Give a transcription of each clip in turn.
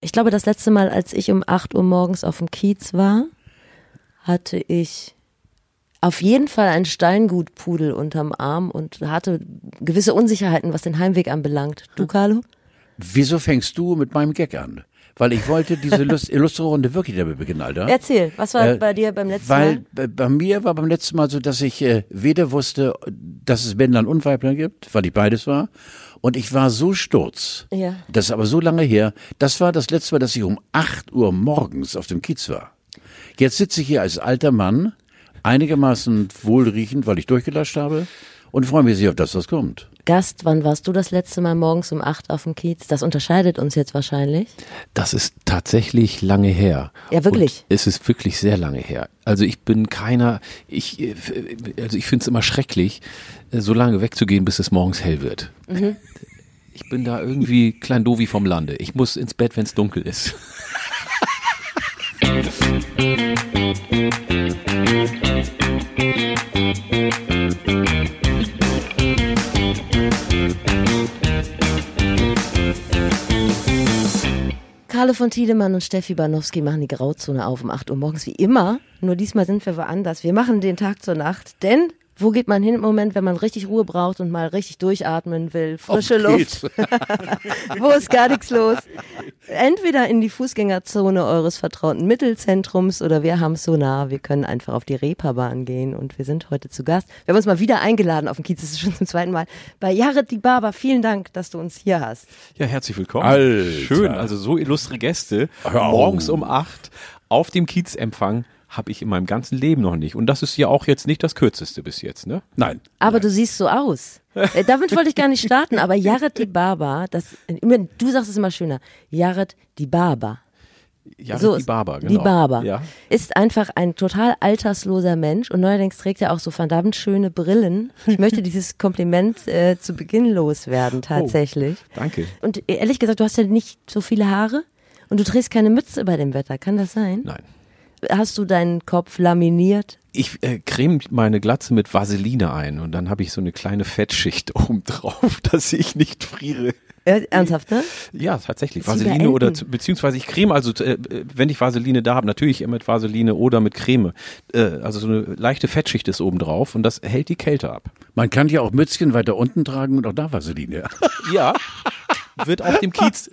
Ich glaube, das letzte Mal, als ich um 8 Uhr morgens auf dem Kiez war, hatte ich auf jeden Fall einen Steingutpudel unterm Arm und hatte gewisse Unsicherheiten, was den Heimweg anbelangt. Du, Carlo? Wieso fängst du mit meinem Gag an? Weil ich wollte diese illustre Runde wirklich damit beginnen, Alter. Erzähl, was war bei dir beim letzten Mal? Weil bei mir war beim letzten Mal so, dass ich weder wusste, dass es Männlein und Weiblein gibt, weil ich beides war. Und ich war so sturz. Ja. Das ist aber so lange her. Das war das letzte Mal, dass ich um 8 Uhr morgens auf dem Kiez war. Jetzt sitze ich hier als alter Mann, einigermaßen wohlriechend, weil ich durchgelascht habe und freue mich sehr auf das, was kommt. Gast, wann warst du das letzte Mal morgens um 8 auf dem Kiez? Das unterscheidet uns jetzt wahrscheinlich. Das ist tatsächlich lange her. Ja, wirklich? Und es ist wirklich sehr lange her. Also ich bin ich finde es immer schrecklich, so lange wegzugehen, bis es morgens hell wird. Mhm. Ich bin da irgendwie klein Dovi vom Lande. Ich muss ins Bett, wenn es dunkel ist. Carlo von Tiedemann und Steffi Banowski machen die Grauzone auf um 8 Uhr morgens, wie immer. Nur diesmal sind wir woanders. Wir machen den Tag zur Nacht, denn wo geht man hin im Moment, wenn man richtig Ruhe braucht und mal richtig durchatmen will? Frische Luft. Wo ist gar nichts los? Entweder in die Fußgängerzone eures vertrauten Mittelzentrums oder wir haben es so nah, wir können einfach auf die Reeperbahn gehen und wir sind heute zu Gast. Wir haben uns mal wieder eingeladen auf dem Kiez, das ist schon zum zweiten Mal, bei Jared Dibaba. Vielen Dank, dass du uns hier hast. Ja, herzlich willkommen. Alter. Schön, also so illustre Gäste. Morgens um 8 auf dem Kiezempfang habe ich in meinem ganzen Leben noch nicht. Und das ist ja auch jetzt nicht das Kürzeste bis jetzt, ne? Nein. Aber du siehst so aus. Damit wollte ich gar nicht starten, aber Jared Dibaba, du sagst es immer schöner, Jared Dibaba. Jared Dibaba, genau. Dibaba ja. Ist einfach ein total altersloser Mensch und neuerdings trägt er auch so verdammt schöne Brillen. Ich möchte dieses Kompliment zu Beginn loswerden, tatsächlich. Oh, danke. Und ehrlich gesagt, du hast ja nicht so viele Haare und du trägst keine Mütze bei dem Wetter, kann das sein? Nein. Hast du deinen Kopf laminiert? Ich creme meine Glatze mit Vaseline ein und dann habe ich so eine kleine Fettschicht oben drauf, dass ich nicht friere. Ernsthaft, ne? Ja, tatsächlich. Vaseline oder beziehungsweise ich creme, also wenn ich Vaseline da habe, natürlich mit Vaseline oder mit Creme. Also so eine leichte Fettschicht ist oben drauf und das hält die Kälte ab. Man kann ja auch Mützchen weiter unten tragen und auch da Vaseline. Ja. Wird auf dem Kiez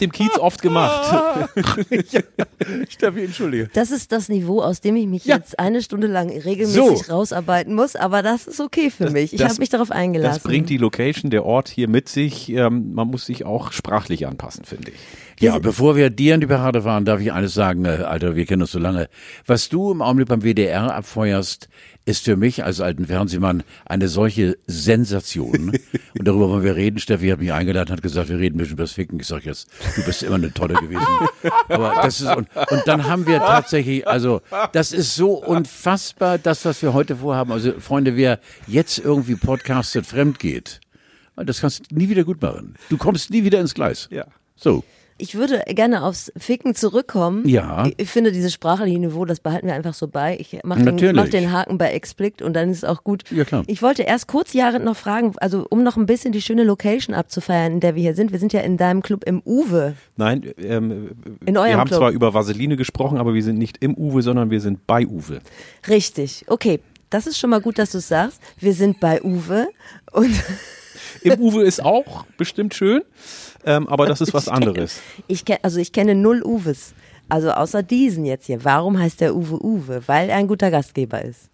oft gemacht. Ja. Steffi, entschuldige. Das ist das Niveau, aus dem ich mich jetzt eine Stunde lang regelmäßig rausarbeiten muss, aber das ist okay für mich. Ich habe mich darauf eingelassen. Das bringt die Location, der Ort hier mit sich. Man muss sich auch sprachlich anpassen, finde ich. Ja, bevor wir dir in die Parade fahren, darf ich eines sagen, Alter, wir kennen uns so lange. Was du im Augenblick beim WDR abfeuerst, ist für mich als alten Fernsehmann eine solche Sensation. Und darüber wollen wir reden. Steffi hat mich eingeladen, hat gesagt, wir reden ein bisschen über das Ficken. Ich sag jetzt, du bist immer eine Tolle gewesen. Aber das ist, und dann haben wir tatsächlich, also, das ist so unfassbar, das, was wir heute vorhaben. Also, Freunde, wer jetzt irgendwie podcastet fremd geht, das kannst du nie wieder gut machen. Du kommst nie wieder ins Gleis. Ja. So. Ich würde gerne aufs Ficken zurückkommen. Ja. Ich finde, dieses sprachliche Niveau, das behalten wir einfach so bei. Ich mache den Haken bei Explicit und dann ist es auch gut. Ja, klar. Ich wollte erst kurz Jared noch fragen, also um noch ein bisschen die schöne Location abzufeiern, in der wir hier sind. Wir sind ja in deinem Club im Uwe. Nein, in eurem wir haben Club. Zwar über Vaseline gesprochen, aber wir sind nicht im Uwe, sondern wir sind bei Uwe. Richtig, okay. Das ist schon mal gut, dass du es sagst. Wir sind bei Uwe und im Uwe ist auch bestimmt schön. Aber das ist was anderes. Ich kenne 0 Uwes. Also außer diesen jetzt hier. Warum heißt der Uwe Uwe? Weil er ein guter Gastgeber ist.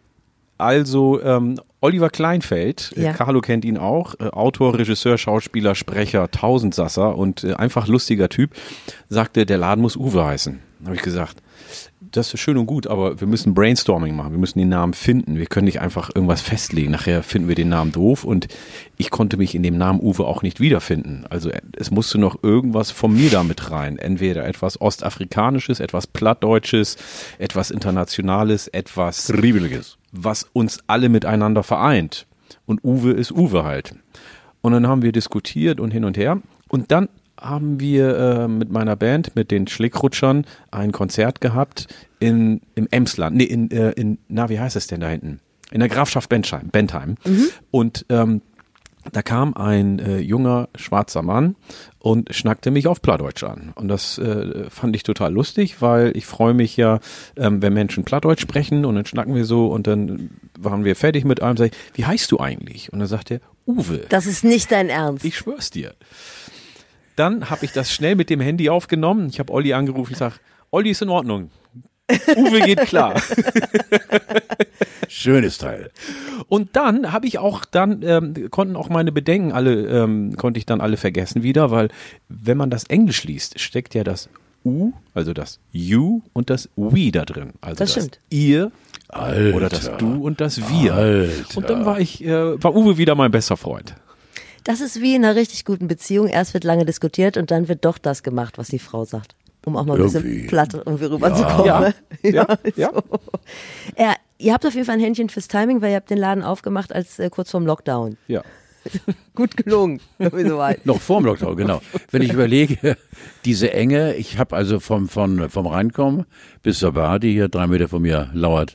Also Oliver Kleinfeld, Ja. Carlo kennt ihn auch, Autor, Regisseur, Schauspieler, Sprecher, Tausendsasser und einfach lustiger Typ, sagte, der Laden muss Uwe heißen. Da habe ich gesagt, das ist schön und gut, aber wir müssen Brainstorming machen, wir müssen den Namen finden, wir können nicht einfach irgendwas festlegen, nachher finden wir den Namen doof und ich konnte mich in dem Namen Uwe auch nicht wiederfinden. Also es musste noch irgendwas von mir da mit rein, entweder etwas Ostafrikanisches, etwas Plattdeutsches, etwas Internationales, etwas Riebeliges, was uns alle miteinander vereint. Und Uwe ist Uwe halt. Und dann haben wir diskutiert und hin und her und dann haben wir mit meiner Band, mit den Schlickrutschern, ein Konzert gehabt im Emsland. Nee, wie heißt es denn da hinten? In der Grafschaft Bentheim. Und Da kam ein junger schwarzer Mann und schnackte mich auf Plattdeutsch an. Und das fand ich total lustig, weil ich freue mich ja, wenn Menschen Plattdeutsch sprechen und dann schnacken wir so und dann waren wir fertig mit allem. Sag ich, wie heißt du eigentlich? Und dann sagt er, Uwe. Das ist nicht dein Ernst. Ich schwör's dir. Dann habe ich das schnell mit dem Handy aufgenommen. Ich habe Olli angerufen. Ich sage, Olli ist in Ordnung. Uwe geht klar. Schönes Teil. Und dann habe ich auch konnten auch meine Bedenken konnte ich dann alle vergessen wieder, weil wenn man das Englisch liest, steckt ja das U, also das You und das We da drin. Also Das stimmt. Ihr Alter. oder das Du und das Wir. Alter. Und dann war Uwe wieder mein bester Freund. Das ist wie in einer richtig guten Beziehung. Erst wird lange diskutiert und dann wird doch das gemacht, was die Frau sagt. Um auch mal ein bisschen Irgendwie. platt irgendwie rüberzukommen. Ja. Ja. So. Ihr habt auf jeden Fall ein Händchen fürs Timing, weil ihr habt den Laden aufgemacht als kurz vorm Lockdown. Ja. Gut gelungen. Irgendwie so weit. Noch vorm Lockdown, genau. Wenn ich überlege, diese Enge, ich habe also vom Reinkommen bis zur Bar, die hier 3 Meter von mir lauert,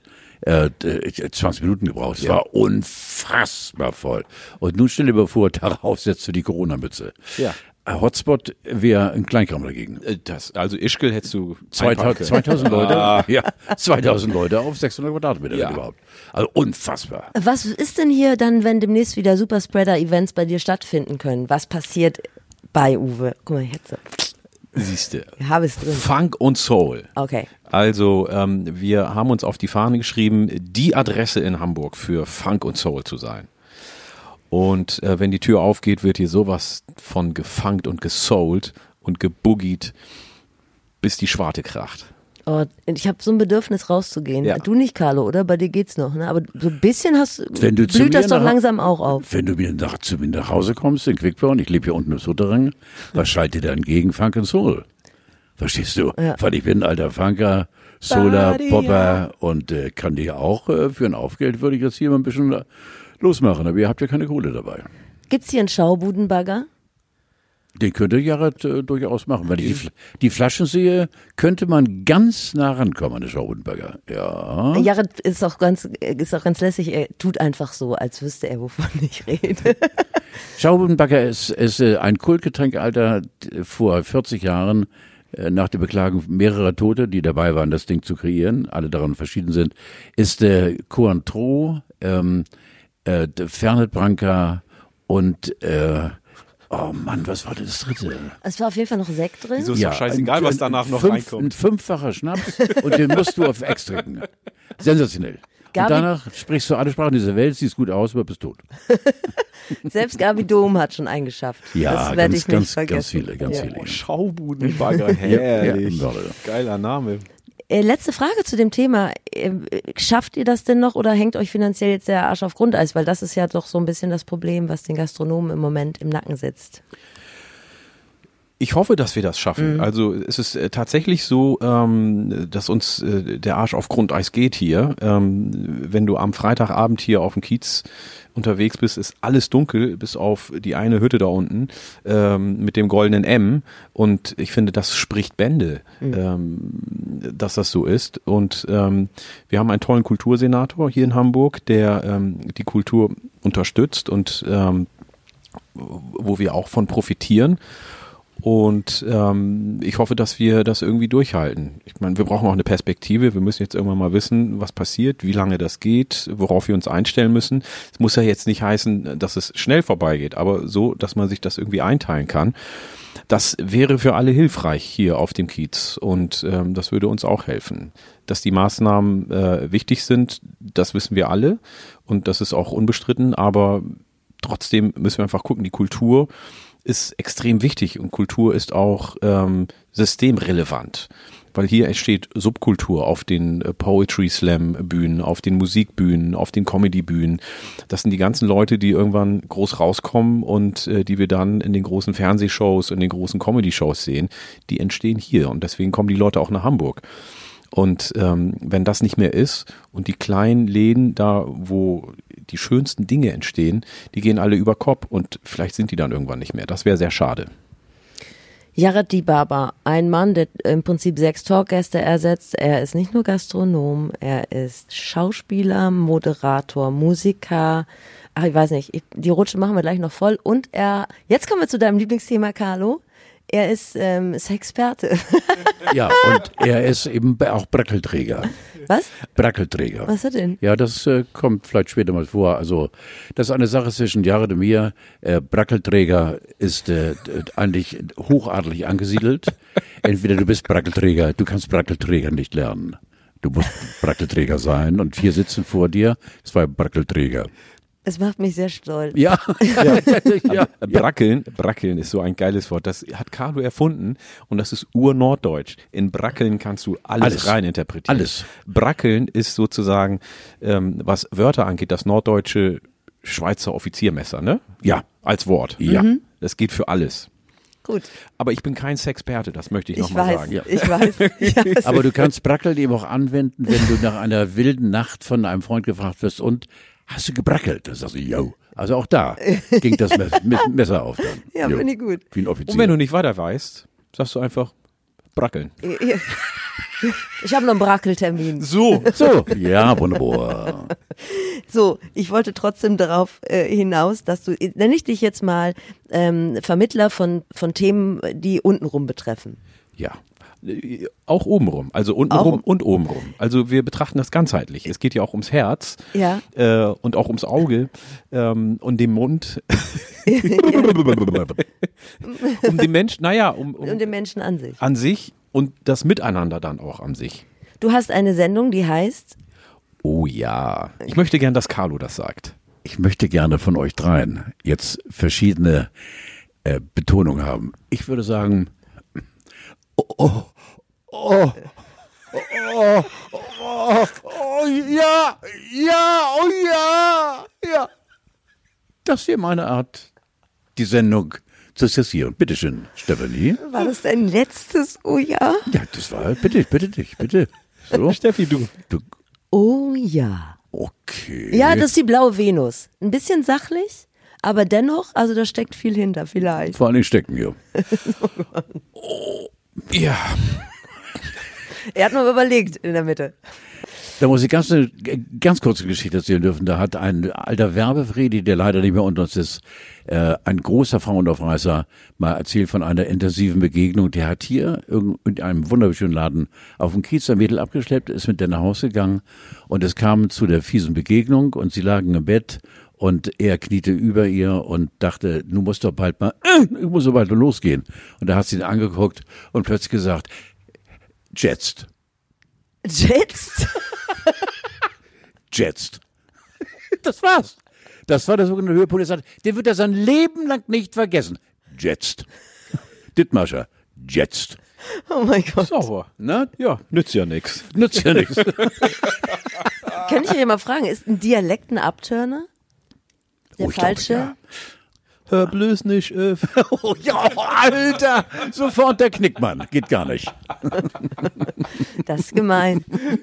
20 Minuten gebraucht. Es war unfassbar voll. Und nun stell dir mal vor, darauf setzt du die Corona-Mütze. Ja. Hotspot wäre ein Kleinkram dagegen. Also Ischgl hättest du 2000 Leute, ja, 2000 Leute auf 600 Quadratmeter überhaupt. Also unfassbar. Was ist denn hier dann, wenn demnächst wieder Superspreader-Events bei dir stattfinden können? Was passiert bei Uwe? Guck mal, jetzt. Siehste. Ich habe es drin. Funk und Soul. Okay. Also wir haben uns auf die Fahne geschrieben, die Adresse in Hamburg für Funk und Soul zu sein. Und wenn die Tür aufgeht, wird hier sowas von gefunkt und gesoult und geboogied, bis die Schwarte kracht. Oh, ich habe so ein Bedürfnis rauszugehen. Ja. Du nicht, Carlo, oder? Bei dir geht's noch, ne? Aber so ein bisschen Wenn du zu blüht das mir doch nach- langsam auch auf. Wenn du zu mir nach Hause kommst in Quickborn, ich lebe hier unten im Souterrain, was schaltet dir dann gegen Funk and Soul? Verstehst du? Ja. Weil ich bin ein alter Funker, Solar, Popper und kann dir auch für ein Aufgeld würde ich jetzt hier mal ein bisschen losmachen, aber ihr habt ja keine Kohle dabei. Gibt's hier einen Schaubudenbagger? Den könnte Jared durchaus machen. Wenn ich die Flaschen sehe, könnte man ganz nah rankommen an den Schaubudenbagger. Ja. Jared ist auch ganz lässig. Er tut einfach so, als wüsste er, wovon ich rede. Schaubudenbagger ist ein Kultgetränk, Alter, vor 40 Jahren nach der Beklagung mehrerer Tote, die dabei waren, das Ding zu kreieren, alle daran verschieden sind, ist Cointreau, Fernet Branca und oh Mann, was war denn das dritte? Es war auf jeden Fall noch Sekt drin. Wieso ist doch scheißegal, was danach noch Ein reinkommt. fünffacher Schnaps und den musst du auf Ex trinken. Sensationell. Gabi- Und danach sprichst du alle Sprachen dieser Welt, siehst gut aus, aber bist tot. Selbst Gabi Dom hat schon eingeschafft. Ja, das werde ich nicht ganz vergessen. viele, ganz Ja. viele. Schaubudenbagger, herrlich. Ja. Geiler Name. Letzte Frage zu dem Thema. Schafft ihr das denn noch oder hängt euch finanziell jetzt der Arsch auf Grundeis? Weil das ist ja doch so ein bisschen das Problem, was den Gastronomen im Moment im Nacken sitzt. Ich hoffe, dass wir das schaffen. Also es ist tatsächlich so, dass uns der Arsch auf Grundeis geht hier. Wenn du am Freitagabend hier auf dem Kiez unterwegs bist, ist alles dunkel, bis auf die eine Hütte da unten mit dem goldenen M. Und ich finde, das spricht Bände, dass das so ist. Und wir haben einen tollen Kultursenator hier in Hamburg, der die Kultur unterstützt und wo wir auch von profitieren. Und ich hoffe, dass wir das irgendwie durchhalten. Ich meine, wir brauchen auch eine Perspektive. Wir müssen jetzt irgendwann mal wissen, was passiert, wie lange das geht, worauf wir uns einstellen müssen. Es muss ja jetzt nicht heißen, dass es schnell vorbeigeht, aber so, dass man sich das irgendwie einteilen kann. Das wäre für alle hilfreich hier auf dem Kiez und das würde uns auch helfen. Dass die Maßnahmen wichtig sind, das wissen wir alle und das ist auch unbestritten, aber trotzdem müssen wir einfach gucken, die Kultur ist extrem wichtig und Kultur ist auch systemrelevant, weil hier entsteht Subkultur auf den Poetry Slam Bühnen, auf den Musikbühnen, auf den Comedy Bühnen. Das sind die ganzen Leute, die irgendwann groß rauskommen und die wir dann in den großen Fernsehshows, in den großen Comedy Shows sehen, die entstehen hier und deswegen kommen die Leute auch nach Hamburg. Und wenn das nicht mehr ist und die kleinen Läden da, wo die schönsten Dinge entstehen, die gehen alle über Kopf und vielleicht sind die dann irgendwann nicht mehr. Das wäre sehr schade. Jared Dibaba, ein Mann, der im Prinzip 6 Talkgäste ersetzt. Er ist nicht nur Gastronom, er ist Schauspieler, Moderator, Musiker, ach, ich weiß nicht, die Rutsche machen wir gleich noch voll. Und jetzt kommen wir zu deinem Lieblingsthema, Carlo. Er ist Sexperte. Ja, und er ist eben auch Brackelträger. Was? Brackelträger. Was ist er denn? Ja, das kommt vielleicht später mal vor. Also, das ist eine Sache zwischen Jared und mir. Brackelträger ist eigentlich hochadelig angesiedelt. Entweder du bist Brackelträger, du kannst Brackelträger nicht lernen. Du musst Brackelträger sein. Und hier sitzen vor dir 2 Brackelträger. Es macht mich sehr stolz. Ja. Ja. Brackeln ist so ein geiles Wort. Das hat Carlo erfunden und das ist urnorddeutsch. In Brackeln kannst du alles reininterpretieren. Alles. Brackeln ist sozusagen, was Wörter angeht, das norddeutsche Schweizer Offiziermesser, ne? Ja. Als Wort. Ja. Das geht für alles. Gut. Aber ich bin kein Sexperte, das möchte ich Ich nochmal weiß, sagen. Ja. ich weiß. Ja, Aber du kannst Brackeln eben auch anwenden, wenn du nach einer wilden Nacht von einem Freund gefragt wirst und hast du gebrackelt? Dann sagst du, yo. Also auch da ging das Messer auf dann. Ja, Jo. finde ich gut. Wie ein Offizier. Und wenn du nicht weiter weißt, sagst du einfach brackeln. Ich habe noch einen Brackeltermin. So. So, ja, wunderbar. So, ich wollte trotzdem darauf hinaus, dass du, nenne ich dich jetzt mal Vermittler von Themen, die untenrum betreffen. Ja. Auch obenrum, also untenrum und obenrum. Also wir betrachten das ganzheitlich. Es geht ja auch ums Herz Ja. Und auch ums Auge und den Mund. Um den Menschen, Und den Menschen an sich. an sich und das Miteinander dann auch an sich. Du hast eine Sendung, die heißt, Oh ja. Ich möchte gern, dass Carlo das sagt. Ich möchte gerne von euch dreien jetzt verschiedene Betonungen haben. Ich würde sagen, ja. Das ist hier meine Art, die Sendung zu zessieren. Bitte schön, Stefanie. war das dein letztes Oh ja? Ja, das war, bitte dich, bitte. So. Steffi, du. Oh ja. Okay. Ja, das ist die blaue Venus. Ein bisschen sachlich, aber dennoch, also da steckt viel hinter, vielleicht. Vor allen Dingen stecken hier. Ja. Er hat noch überlegt in der Mitte. Da muss ich eine ganz kurze Geschichte erzählen dürfen. Da hat ein alter Werbefredi, der leider nicht mehr unter uns ist, ein großer Frauenaufreißer, mal erzählt von einer intensiven Begegnung. Der hat hier in einem wunderschönen Laden auf dem Kiez ein Mädel abgeschleppt, ist mit der nach Hause gegangen und es kam zu der fiesen Begegnung und sie lagen im Bett und er kniete über ihr und dachte, ich muss doch bald losgehen. Und da hat sie ihn angeguckt und plötzlich gesagt, Jetzt. Jetzt? Jetzt. Das war's. Das war der sogenannte Höhepunkt. Er sagt, den wird er sein Leben lang nicht vergessen. Jetzt. Dittmarscher. Jetzt. Oh mein Gott. Sauber. Na? Ja, nützt ja nichts. Nützt ja nichts. Kann ich euch mal fragen, ist ein Dialekt ein Abturner? Der Oh, ich glaube, falsche? ja. Hör bloß nicht auf. Oh ja, Alter. Sofort der Knickmann. Geht gar nicht. Das ist gemein.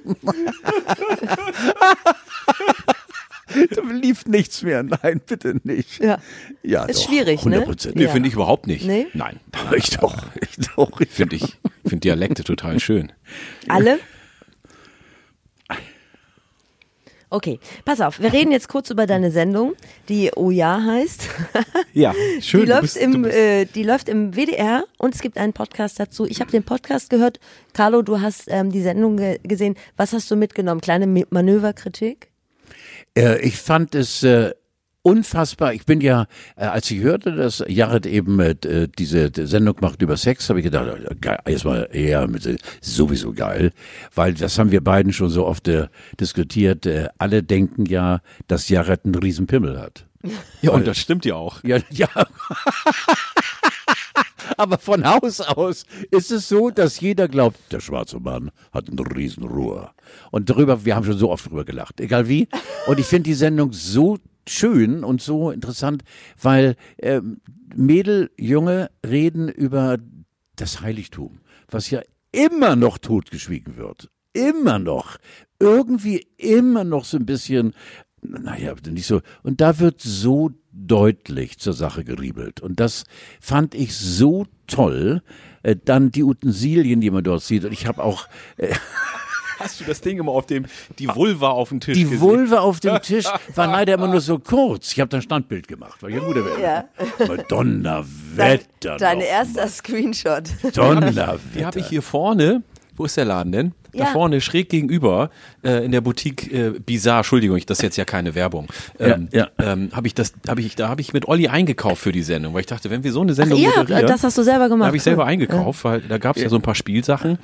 Da lief nichts mehr. Nein, bitte nicht. Ja. Ja, Ist doch, schwierig, ne? 100%. Nee, Ja. finde ich überhaupt nicht. Nee? Nein. Ich doch. Ich finde Dialekte total schön. Alle? Okay, pass auf, wir reden jetzt kurz über deine Sendung, die Oh ja heißt. Ja, schön. Die du läuft, bist- die läuft im WDR und es gibt einen Podcast dazu. Ich habe den Podcast gehört. Carlo, du hast die Sendung gesehen. Was hast du mitgenommen? Kleine Manöverkritik? Ich fand es unfassbar. Ich bin ja, als ich hörte, dass Jared eben diese Sendung macht über Sex, habe ich gedacht, geil, erstmal sowieso geil, weil das haben wir beiden schon so oft diskutiert. Alle denken ja, dass Jared einen riesen Pimmel hat. Ja, und das stimmt ja auch. Ja. Aber von Haus aus ist es so, dass jeder glaubt, der schwarze Mann hat ein Riesenrohr. Und wir haben schon so oft drüber gelacht, egal wie. Und ich finde die Sendung so schön und so interessant, weil Mädel, Junge reden über das Heiligtum, was ja immer noch totgeschwiegen wird. Immer noch. Irgendwie immer noch so ein bisschen, naja, nicht so. Und da wird so deutlich zur Sache geriebelt. Und das fand ich so toll. Dann die Utensilien, die man dort sieht. Und ich habe auch Hast du das Ding immer die Vulva auf dem Tisch Die gesehen? Vulva auf dem Tisch war leider immer nur so kurz. Ich habe da ein Standbild gemacht, war ja ein guter Welt. Ja. Donnerwetter. Dein noch erster mal. Screenshot. Donnerwetter. Die habe ich hier vorne. Wo ist der Laden denn? Da Ja. vorne schräg gegenüber in der Boutique Bizarre. Entschuldigung, das ist jetzt ja keine Werbung. Ja. Habe ich mit Olli eingekauft für die Sendung, weil ich dachte, wenn wir so eine Sendung Ja, moderieren, das hast du selber gemacht. da habe ich selber eingekauft, weil da gab es ja so ein paar Spielsachen.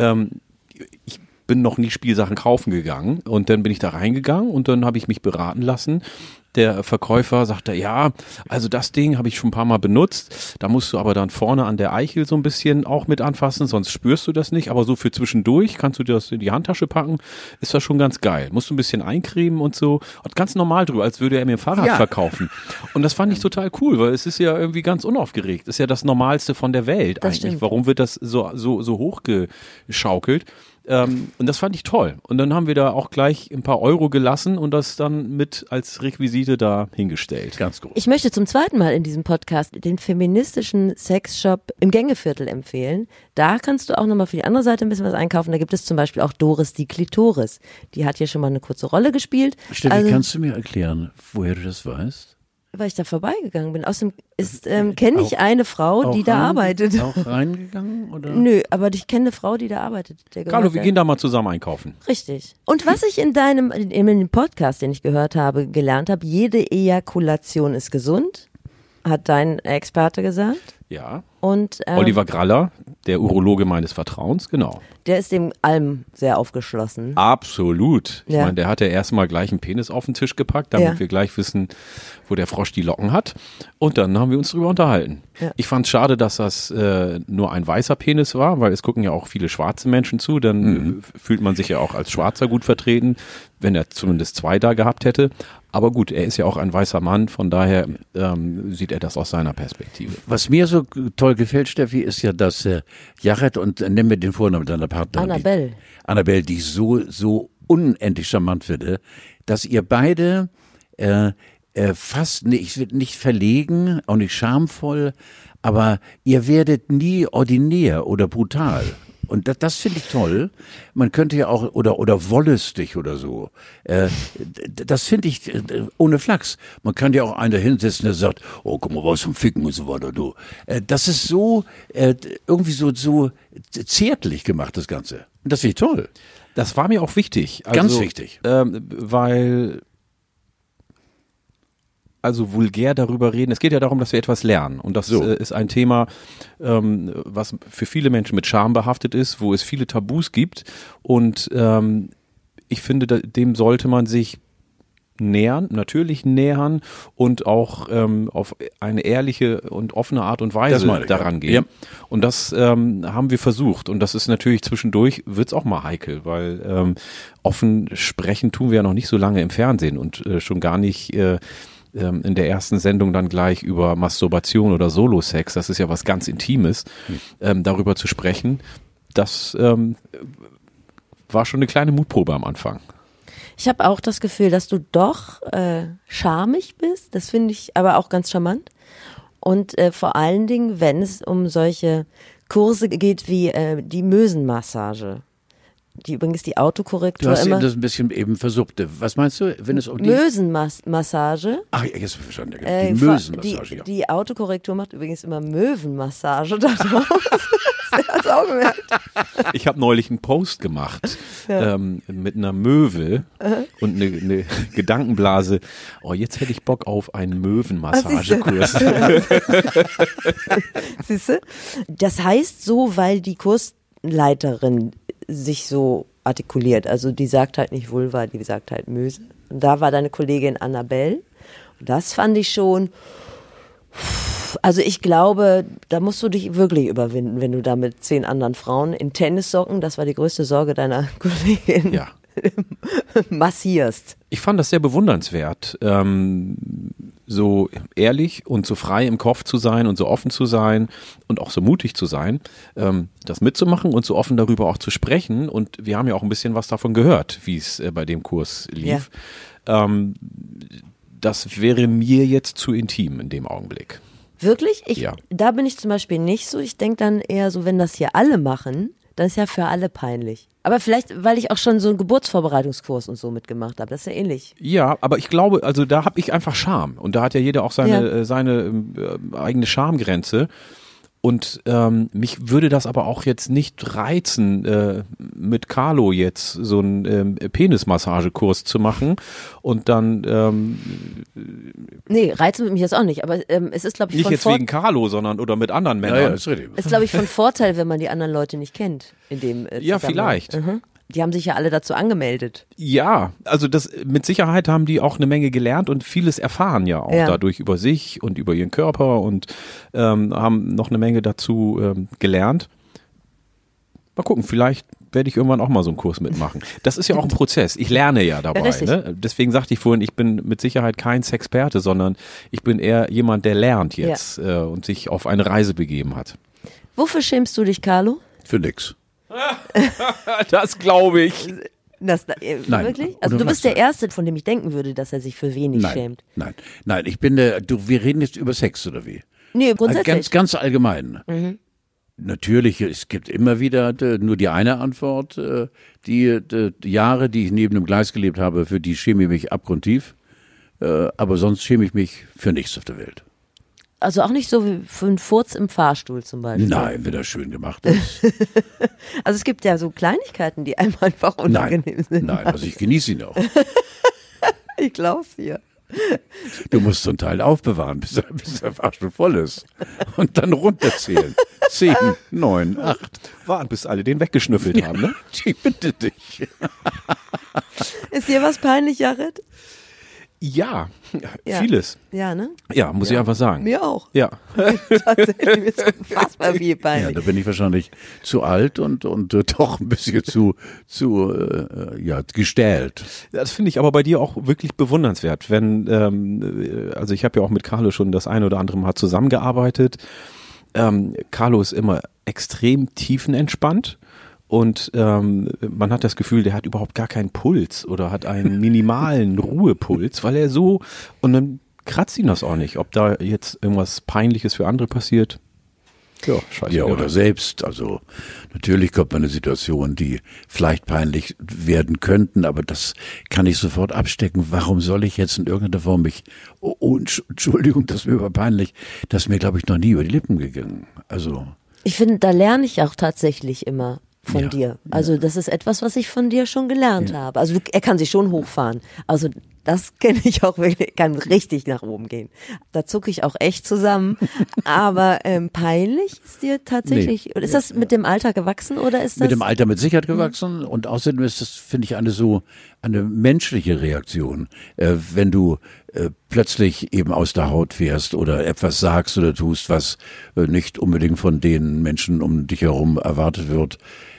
Ich bin noch nie Spielsachen kaufen gegangen und dann bin ich da reingegangen und dann habe ich mich beraten lassen. Der Verkäufer sagte, ja, also das Ding habe ich schon ein paar Mal benutzt, da musst du aber dann vorne an der Eichel so ein bisschen auch mit anfassen, sonst spürst du das nicht, aber so für zwischendurch kannst du dir das in die Handtasche packen, ist das schon ganz geil. Musst du ein bisschen eincremen und so und ganz normal drüber, als würde er mir ein Fahrrad verkaufen. Und das fand ich total cool, weil es ist ja irgendwie ganz unaufgeregt, ist ja das Normalste von der Welt Das eigentlich. stimmt. Warum wird das so hochgeschaukelt? Und das fand ich toll. Und dann haben wir da auch gleich ein paar Euro gelassen und das dann mit als Requisite da hingestellt. Ganz groß. Ich möchte zum zweiten Mal in diesem Podcast den feministischen Sexshop im Gängeviertel empfehlen. Da kannst du auch nochmal für die andere Seite ein bisschen was einkaufen. Da gibt es zum Beispiel auch Doris die Klitoris. Die hat hier schon mal eine kurze Rolle gespielt. Steffi, Also, kannst du mir erklären, woher du das weißt? weil ich da vorbeigegangen bin. Außerdem kenne ich eine Frau, die da arbeitet. Auch reingegangen? Oder? Nö, aber ich kenne eine Frau, die da arbeitet. Der Carlo, gehört wir gehen da mal zusammen einkaufen. Richtig. Und was ich in dem Podcast, den ich gehört habe, gelernt habe, jede Ejakulation ist gesund, hat dein Experte gesagt. Ja. Und Oliver Graller, der Urologe meines Vertrauens, genau. der ist dem allem sehr aufgeschlossen. Absolut. Ich Ja. meine, der hat ja erstmal gleich einen Penis auf den Tisch gepackt, damit Ja. wir gleich wissen, wo der Frosch die Locken hat. Und dann haben wir uns drüber unterhalten. Ja. Ich fand es schade, dass das nur ein weißer Penis war, weil es gucken ja auch viele schwarze Menschen zu. Dann fühlt man sich ja auch als Schwarzer gut vertreten, wenn er zumindest 2 da gehabt hätte. Aber gut, er ist ja auch ein weißer Mann, von daher sieht er das aus seiner Perspektive. Was mir so toll gefällt, Steffi, ist ja, dass Jared und nimm mir den Vornamen deiner Partnerin. Annabelle. Annabelle, die ich so unendlich charmant finde, dass ihr beide fast nicht verlegen, auch nicht schamvoll, aber ihr werdet nie ordinär oder brutal. Und das finde ich toll. Man könnte ja auch, oder wollüstig oder so. Das finde ich ohne Flachs. Man kann ja auch einen da hinsetzen, der sagt, oh, guck mal, was zum Ficken und so weiter, du. Das ist so, irgendwie so zärtlich gemacht, das Ganze. Und das finde ich toll. Das war mir auch wichtig. Ganz wichtig. Weil vulgär darüber reden. Es geht ja darum, dass wir etwas lernen. Und das ist ein Thema, was für viele Menschen mit Scham behaftet ist, wo es viele Tabus gibt. Und ich finde, dem sollte man sich natürlich nähern und auch auf eine ehrliche und offene Art und Weise daran gehen. Ja. Und das haben wir versucht. Und das ist natürlich zwischendurch, wird's auch mal heikel, weil offen sprechen tun wir ja noch nicht so lange im Fernsehen und schon gar nicht in der ersten Sendung dann gleich über Masturbation oder Solo-Sex, das ist ja was ganz Intimes, darüber zu sprechen, das war schon eine kleine Mutprobe am Anfang. Ich habe auch das Gefühl, dass du doch charmig bist. Das finde ich aber auch ganz charmant. Und vor allen Dingen, wenn es um solche Kurse geht wie die Mösenmassage, die übrigens die Autokorrektur Du hast immer... eben das ein bisschen eben versuppte. Was meinst du, wenn es um die... Mösenmassage. Ach, jetzt habe ich verstanden. Die Mösenmassage, ja. Die Autokorrektur macht übrigens immer Möwenmassage da drauf. Das hast du auch gemerkt. Ich habe neulich einen Post gemacht mit einer Möwe und eine Gedankenblase. Oh, jetzt hätte ich Bock auf einen Möwenmassagekurs. Siehste? Das heißt so, weil die Kursleiterin sich so artikuliert. Also die sagt halt nicht Vulva, die sagt halt Möse. Und da war deine Kollegin Annabelle. Und das fand ich schon... Also ich glaube, da musst du dich wirklich überwinden, wenn du da mit 10 anderen Frauen in Tennissocken, das war die größte Sorge deiner Kollegin, Ja. massierst. Ich fand das sehr bewundernswert, so ehrlich und so frei im Kopf zu sein und so offen zu sein und auch so mutig zu sein, das mitzumachen und so offen darüber auch zu sprechen. Und wir haben ja auch ein bisschen was davon gehört, wie es bei dem Kurs lief. Ja. Das wäre mir jetzt zu intim in dem Augenblick. Wirklich? Ja. Da bin ich zum Beispiel nicht so. Ich denke dann eher so, wenn das hier alle machen, Das ist ja für alle peinlich. Aber vielleicht, weil ich auch schon so einen Geburtsvorbereitungskurs und so mitgemacht habe. Das ist ja ähnlich. Ja, aber ich glaube, also da habe ich einfach Charme. Und da hat ja jeder auch seine eigene Schamgrenze. Und mich würde das aber auch jetzt nicht reizen, mit Carlo jetzt so einen Penismassagekurs zu machen und dann Nee, reizen würde mich jetzt auch nicht, aber es ist, glaube ich, nicht jetzt wegen Carlo, sondern oder mit anderen Männern. Ja, das ist richtig. ist, glaube ich, von Vorteil, wenn man die anderen Leute nicht kennt. In dem Ja, Zusammenhang. vielleicht. Mhm. Die haben sich ja alle dazu angemeldet. Ja, also das mit Sicherheit haben die auch eine Menge gelernt und vieles erfahren ja auch dadurch über sich und über ihren Körper und haben noch eine Menge dazu gelernt. Mal gucken, vielleicht werde ich irgendwann auch mal so einen Kurs mitmachen. Das ist ja auch ein Prozess. Ich lerne ja dabei. Ja, ne? Deswegen sagte ich vorhin, ich bin mit Sicherheit kein Sexperte, sondern ich bin eher jemand, der lernt jetzt und sich auf eine Reise begeben hat. Wofür schämst du dich, Carlo? Für nix. Das glaube ich. Nein. Wirklich? Also Oder du bist was? der Erste, von dem ich denken würde, dass er sich für wenig schämt. Nein, ich bin wir reden jetzt über Sex oder wie? Nee, grundsätzlich. Ganz allgemein. Natürlich, es gibt immer wieder nur die eine Antwort. Die Jahre, die ich neben dem Gleis gelebt habe, für die schäme ich mich abgrundtief. Aber sonst schäme ich mich für nichts auf der Welt. Also auch nicht so wie für einen Furz im Fahrstuhl zum Beispiel. Nein, wenn das schön gemacht ist. Also es gibt ja so Kleinigkeiten, die einem einfach unangenehm sind. Nein, also ich genieße ihn auch. Ich glaub's dir. Du musst so einen Teil aufbewahren, bis der Fahrstuhl voll ist. Und dann runterzählen. 10, 9, 8. Warten, bis alle den weggeschnüffelt haben, ne? Ich bitte dich. Ist dir was peinlich, Jared? Ja, vieles. Ja, ne? Ja, muss ich einfach sagen. Mir auch. Ja. Tatsächlich, mir ist unfassbar viel Ja, peinlich. da bin ich wahrscheinlich zu alt und doch ein bisschen zu gestählt. Das finde ich aber bei dir auch wirklich bewundernswert. Wenn, also ich habe ja auch mit Carlo schon das eine oder andere Mal zusammengearbeitet. Carlo ist immer extrem tiefenentspannt. Und man hat das Gefühl, der hat überhaupt gar keinen Puls oder hat einen minimalen Ruhepuls, weil er so, und dann kratzt ihn das auch nicht, ob da jetzt irgendwas Peinliches für andere passiert. Ja, scheiße. Ja, oder selbst. Also natürlich kommt man in eine Situation, die vielleicht peinlich werden könnten, aber das kann ich sofort abstecken. Warum soll ich jetzt in irgendeiner Form mich, Entschuldigung, das ist mir aber peinlich, das ist mir, glaube ich, noch nie über die Lippen gegangen. Also. Ich finde, da lerne ich auch tatsächlich immer von dir. Also das ist etwas, was ich von dir schon gelernt habe. Also er kann sich schon hochfahren. Also das kenne ich auch wirklich, kann richtig nach oben gehen. Da zucke ich auch echt zusammen. Aber peinlich ist dir tatsächlich, ist das mit dem Alter gewachsen oder ist das? Mit dem Alter mit Sicherheit gewachsen und außerdem ist das, finde ich, eine menschliche Reaktion, wenn du plötzlich eben aus der Haut fährst oder etwas sagst oder tust, was nicht unbedingt von den Menschen um dich herum erwartet wird,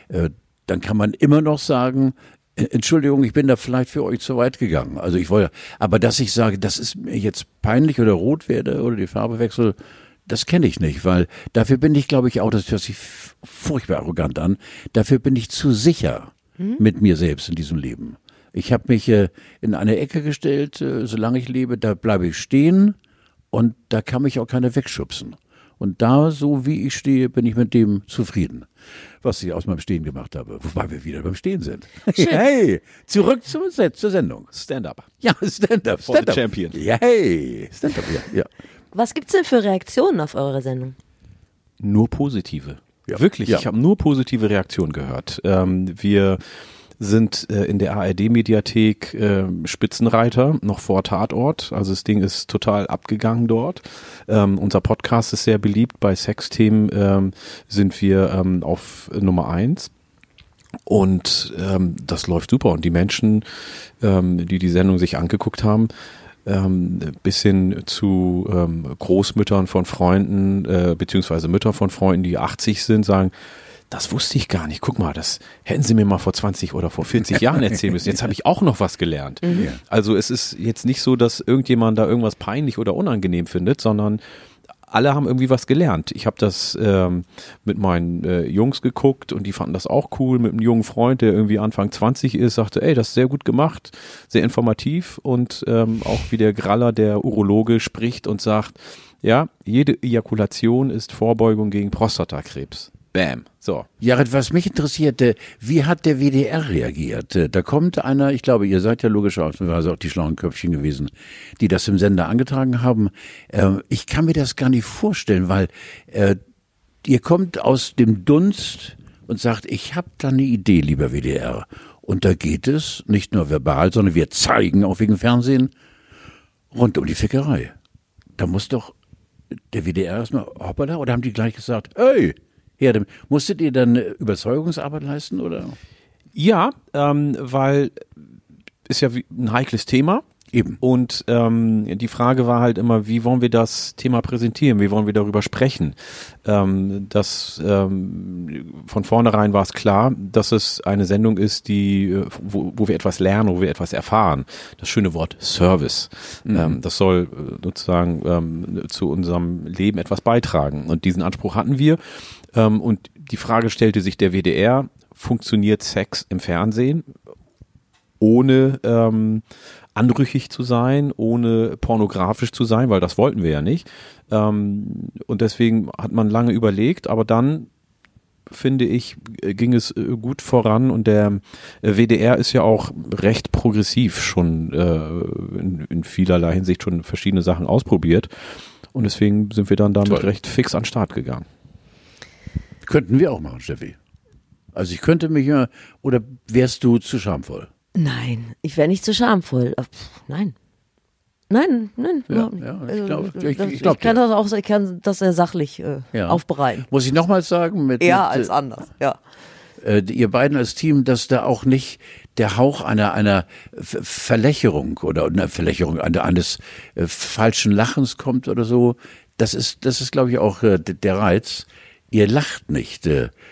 dann kann man immer noch sagen, Entschuldigung, ich bin da vielleicht für euch zu weit gegangen. Also aber dass ich sage, das ist mir jetzt peinlich oder rot werde oder die Farbe wechsel, das kenne ich nicht, weil dafür bin ich, glaube ich, auch, das hört sich furchtbar arrogant an, dafür bin ich zu sicher mit mir selbst in diesem Leben. Ich habe mich in eine Ecke gestellt, solange ich lebe, da bleibe ich stehen und da kann mich auch keiner wegschubsen. Und da, so wie ich stehe, bin ich mit dem zufrieden, was ich aus meinem Stehen gemacht habe. Wobei wir wieder beim Stehen sind. Hey, zurück zur Sendung. Stand-up. Ja, Stand-up. For the champion. Ja, hey, Stand-up, ja. Was gibt's denn für Reaktionen auf eure Sendung? Nur positive. Ja. Wirklich, Ja. ich habe nur positive Reaktionen gehört. Wir sind in der ARD-Mediathek Spitzenreiter, noch vor Tatort. Also das Ding ist total abgegangen dort. Unser Podcast ist sehr beliebt. Bei Sexthemen sind wir auf Nummer 1. Und das läuft super. Und die Menschen, die Sendung sich angeguckt haben, bis hin zu Großmüttern von Freunden, beziehungsweise Mütter von Freunden, die 80 sind, sagen, das wusste ich gar nicht. Guck mal, das hätten Sie mir mal vor 20 oder vor 40 Jahren erzählen müssen. Jetzt habe ich auch noch was gelernt. Ja. Also es ist jetzt nicht so, dass irgendjemand da irgendwas peinlich oder unangenehm findet, sondern alle haben irgendwie was gelernt. Ich habe das mit meinen Jungs geguckt und die fanden das auch cool. Mit einem jungen Freund, der irgendwie Anfang 20 ist, sagte, ey, das ist sehr gut gemacht, sehr informativ. Und auch wie der Graller, der Urologe, spricht und sagt, ja, jede Ejakulation ist Vorbeugung gegen Prostatakrebs. Bam. So. Jared, was mich interessierte, wie hat der WDR reagiert? Da kommt einer, ich glaube, ihr seid ja logischerweise auch die schlauen Köpfchen gewesen, die das im Sender angetragen haben. Ich kann mir das gar nicht vorstellen, weil ihr kommt aus dem Dunst und sagt, ich habe da eine Idee, lieber WDR. Und da geht es nicht nur verbal, sondern wir zeigen auch wegen Fernsehen rund um die Fickerei. Da muss doch der WDR erstmal, hoppala, oder haben die gleich gesagt, hey, musstet ihr dann Überzeugungsarbeit leisten, oder? Ja, weil ist ja ein heikles Thema. Eben. Und die Frage war halt immer, wie wollen wir das Thema präsentieren? Wie wollen wir darüber sprechen? Von vornherein war es klar, dass es eine Sendung ist, wo wir etwas lernen, wo wir etwas erfahren. Das schöne Wort Service. Das soll sozusagen zu unserem Leben etwas beitragen. Und diesen Anspruch hatten wir. Und die Frage stellte sich der WDR, funktioniert Sex im Fernsehen ohne anrüchig zu sein, ohne pornografisch zu sein, weil das wollten wir ja nicht. Und deswegen hat man lange überlegt, aber dann, finde ich, ging es gut voran und der WDR ist ja auch recht progressiv schon in vielerlei Hinsicht schon verschiedene Sachen ausprobiert und deswegen sind wir dann damit recht fix an den Start gegangen. Könnten wir auch machen, Steffi. Also ich könnte mich ja, oder wärst du zu schamvoll? Nein, ich wäre nicht zu schamvoll. Nein. Nein, überhaupt nicht. Ja, ich kann das auch, ich kann das sehr sachlich aufbereiten. Muss ich nochmal sagen? Eher als anders, ja. Ihr beiden als Team, dass da auch nicht der Hauch einer Verlächerung oder einer Verlächerung eines falschen Lachens kommt oder so. Das ist, glaube ich, auch der Reiz. Ihr lacht nicht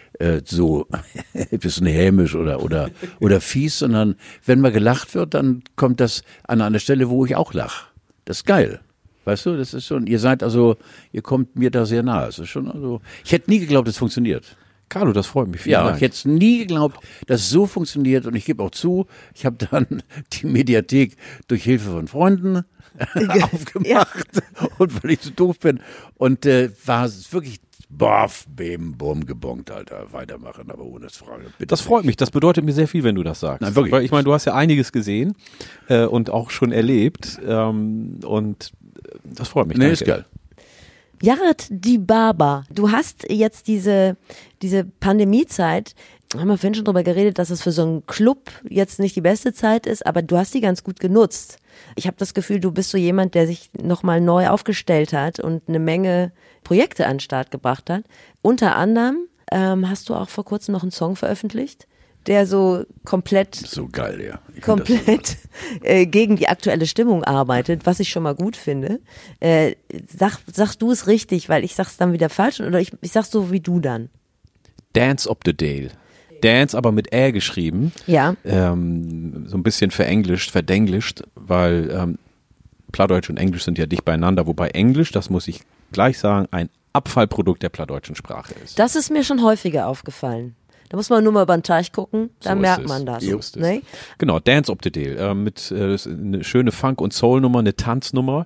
so ein bisschen hämisch oder fies, sondern wenn mal gelacht wird, dann kommt das an eine Stelle, wo ich auch lache. Das ist geil. Weißt du, das ist schon, ihr kommt mir da sehr nahe. Es ist schon, ich hätte nie geglaubt, es funktioniert. Carlo, das freut mich. Vielen Dank. Ich hätte es nie geglaubt, dass es so funktioniert und ich gebe auch zu, ich habe dann die Mediathek durch Hilfe von Freunden aufgemacht und weil ich so doof bin und war es wirklich bim, bum, gebongt, Alter. Weitermachen, aber ohne Frage. Bitte das freut mich. Das bedeutet mir sehr viel, wenn du das sagst. Nein, wirklich. Weil ich meine, du hast ja einiges gesehen und auch schon erlebt und das freut mich. Nee, ist geil. Jared Dibaba, du hast jetzt diese Pandemiezeit, haben wir vorhin schon drüber geredet, dass es für so einen Club jetzt nicht die beste Zeit ist, aber du hast die ganz gut genutzt. Ich habe das Gefühl, du bist so jemand, der sich nochmal neu aufgestellt hat und eine Menge Projekte an den Start gebracht hat. Unter anderem hast du auch vor kurzem noch einen Song veröffentlicht, der so komplett so geil, ja. Komplett gegen die aktuelle Stimmung arbeitet, was ich schon mal gut finde. Sagst du es richtig, weil ich sag's dann wieder falsch oder ich sag's so wie du dann. Dance of the Dale. Dance aber mit Ä geschrieben. Ja. So ein bisschen verdenglischt, weil Plattdeutsch und Englisch sind ja dicht beieinander, wobei Englisch, das muss ich gleich sagen, ein Abfallprodukt der plattdeutschen Sprache ist. Das ist mir schon häufiger aufgefallen. Da muss man nur mal über den Teich gucken, da merkt man das. So ist es. Nee? Genau, Dance of the Dale, mit eine schöne Funk- und Soul-Nummer, eine Tanznummer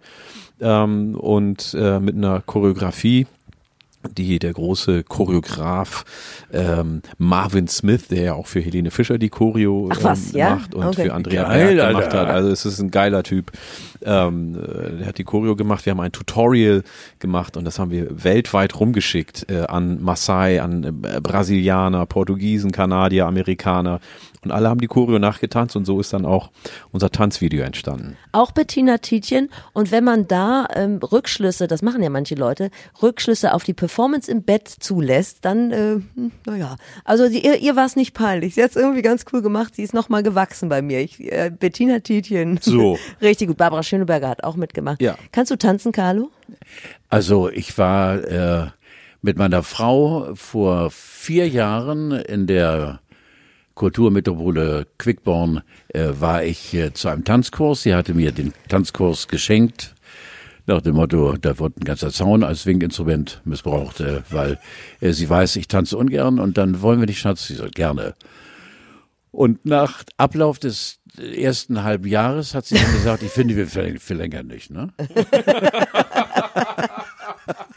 und mit einer Choreografie, die der große Choreograf Marvin Smith, der ja auch für Helene Fischer die Choreo macht und für Andrea Berg gemacht hat. Also es ist ein geiler Typ. Der hat die Choreo gemacht. Wir haben ein Tutorial gemacht und das haben wir weltweit rumgeschickt an Maasai, an Brasilianer, Portugiesen, Kanadier, Amerikaner. Und alle haben die Choreo nachgetanzt und so ist dann auch unser Tanzvideo entstanden. Auch Bettina Tietjen. Und wenn man da Rückschlüsse, das machen ja manche Leute, Rückschlüsse auf die Performance im Bett zulässt, dann, naja. Also ihr war es nicht peinlich. Sie hat es irgendwie ganz cool gemacht. Sie ist nochmal gewachsen bei mir. Bettina Tietjen. So. Richtig gut. Barbara Schöneberger hat auch mitgemacht. Ja. Kannst du tanzen, Carlo? Also ich war mit meiner Frau vor 4 Jahren in der Kulturmetropole Quickborn war ich zu einem Tanzkurs. Sie hatte mir den Tanzkurs geschenkt, nach dem Motto, da wird ein ganzer Zaun als Winkinstrument missbraucht, weil sie weiß, ich tanze ungern und dann wollen wir nicht Schatz, sie sagt gerne. Und nach Ablauf des ersten halben Jahres hat sie dann gesagt, ich finde, wir verlängern nicht, ne?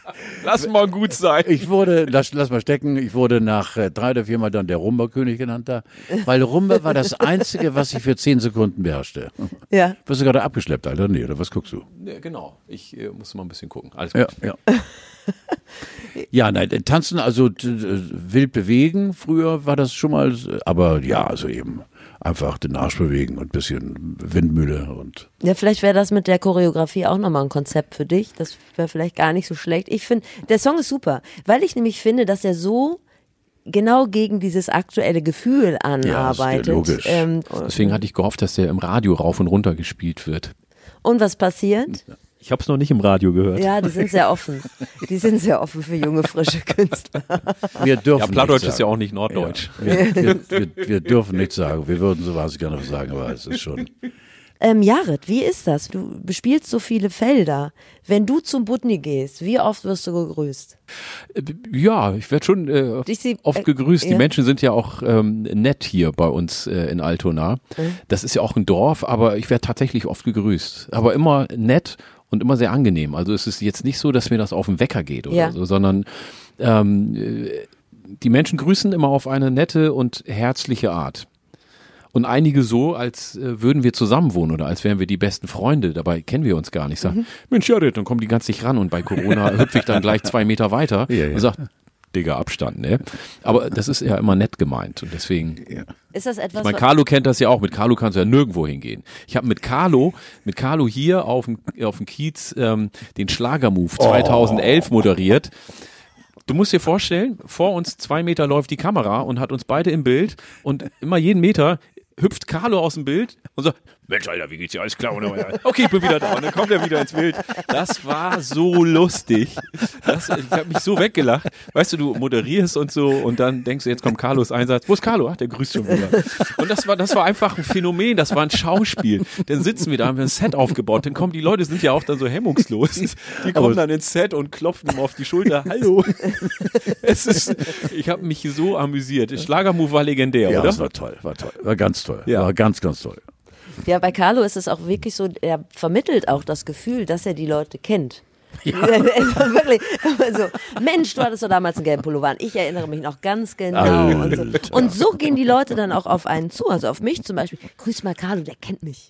Lass mal gut sein. Ich wurde, lass mal stecken, ich wurde nach 3 oder 4 Mal dann der Rumba-König genannt da, weil Rumba war das Einzige, was ich für 10 Sekunden beherrschte. Ja. Wirst du gerade abgeschleppt, Alter? Nee, oder was guckst du? Ja, genau, ich muss mal ein bisschen gucken. Alles gut. Ja. Ja, nein, tanzen, also wild bewegen, früher war das schon mal, aber ja, also eben einfach den Arsch bewegen und ein bisschen Windmühle und. Ja, vielleicht wäre das mit der Choreografie auch nochmal ein Konzept für dich. Das wäre vielleicht gar nicht so schlecht. Ich finde, der Song ist super, weil ich nämlich finde, dass er so genau gegen dieses aktuelle Gefühl anarbeitet. Ja, logisch. Deswegen hatte ich gehofft, dass der im Radio rauf und runter gespielt wird. Und was passiert? Ich habe es noch nicht im Radio gehört. Ja, die sind sehr offen. Die sind sehr offen für junge, frische Künstler. Wir dürfen Ja, Plattdeutsch nichts ist ja sagen. auch nicht Norddeutsch. Wir dürfen nichts sagen. Wir würden sowas gerne sagen, aber es ist schon. Jared, wie ist das? Du bespielst so viele Felder. Wenn du zum Butni gehst, wie oft wirst du gegrüßt? Ja, ich werde schon oft gegrüßt. Die ja. Menschen sind ja auch nett hier bei uns in Altona. Das ist ja auch ein Dorf, aber ich werde tatsächlich oft gegrüßt. Aber immer nett und immer sehr angenehm. Also es ist jetzt nicht so, dass mir das auf den Wecker geht oder so, sondern die Menschen grüßen immer auf eine nette und herzliche Art. Und einige so, als würden wir zusammen wohnen oder als wären wir die besten Freunde. Dabei kennen wir uns gar nicht. Sagen, Mensch, Jared, dann kommen die ganz dicht ran und bei Corona hüpfe ich dann gleich 2 Meter weiter und sag, Digga, Abstand, ne? Aber das ist ja immer nett gemeint und deswegen. Ja. Ist das etwas? Ich meine, Carlo kennt das ja auch. Mit Carlo kannst du ja nirgendwo hingehen. Ich habe mit Carlo hier auf dem Kiez den Schlagermove 2011 moderiert. Du musst dir vorstellen, vor uns 2 Meter läuft die Kamera und hat uns beide im Bild und immer jeden Meter hüpft Carlo aus dem Bild und sagt, Mensch, Alter, wie geht's dir? Alles klar? Okay, ich bin wieder da. Und dann kommt er wieder ins Bild. Das war so lustig. Ich habe mich so weggelacht. Weißt du, du moderierst und so und dann denkst du, jetzt kommt Carlos Einsatz. Wo ist Carlo? Ach, der grüßt schon wieder. Und das war einfach ein Phänomen. Das war ein Schauspiel. Dann sitzen wir da, haben wir ein Set aufgebaut. Dann kommen die Leute, sind ja auch dann so hemmungslos. Die kommen dann ins Set und klopfen ihm auf die Schulter. Hallo. Ich habe mich so amüsiert. Schlagermove war legendär, Ja, oder? das war toll, war ganz toll. Ja. War ganz, ganz toll. Ja, bei Carlo ist es auch wirklich so, er vermittelt auch das Gefühl, dass er die Leute kennt. Ja. Wirklich, also, Mensch, du hattest doch damals einen gelben Pullover an. Ich erinnere mich noch ganz genau. Und so gehen die Leute dann auch auf einen zu. Also auf mich zum Beispiel. Grüß mal Carlo, der kennt mich.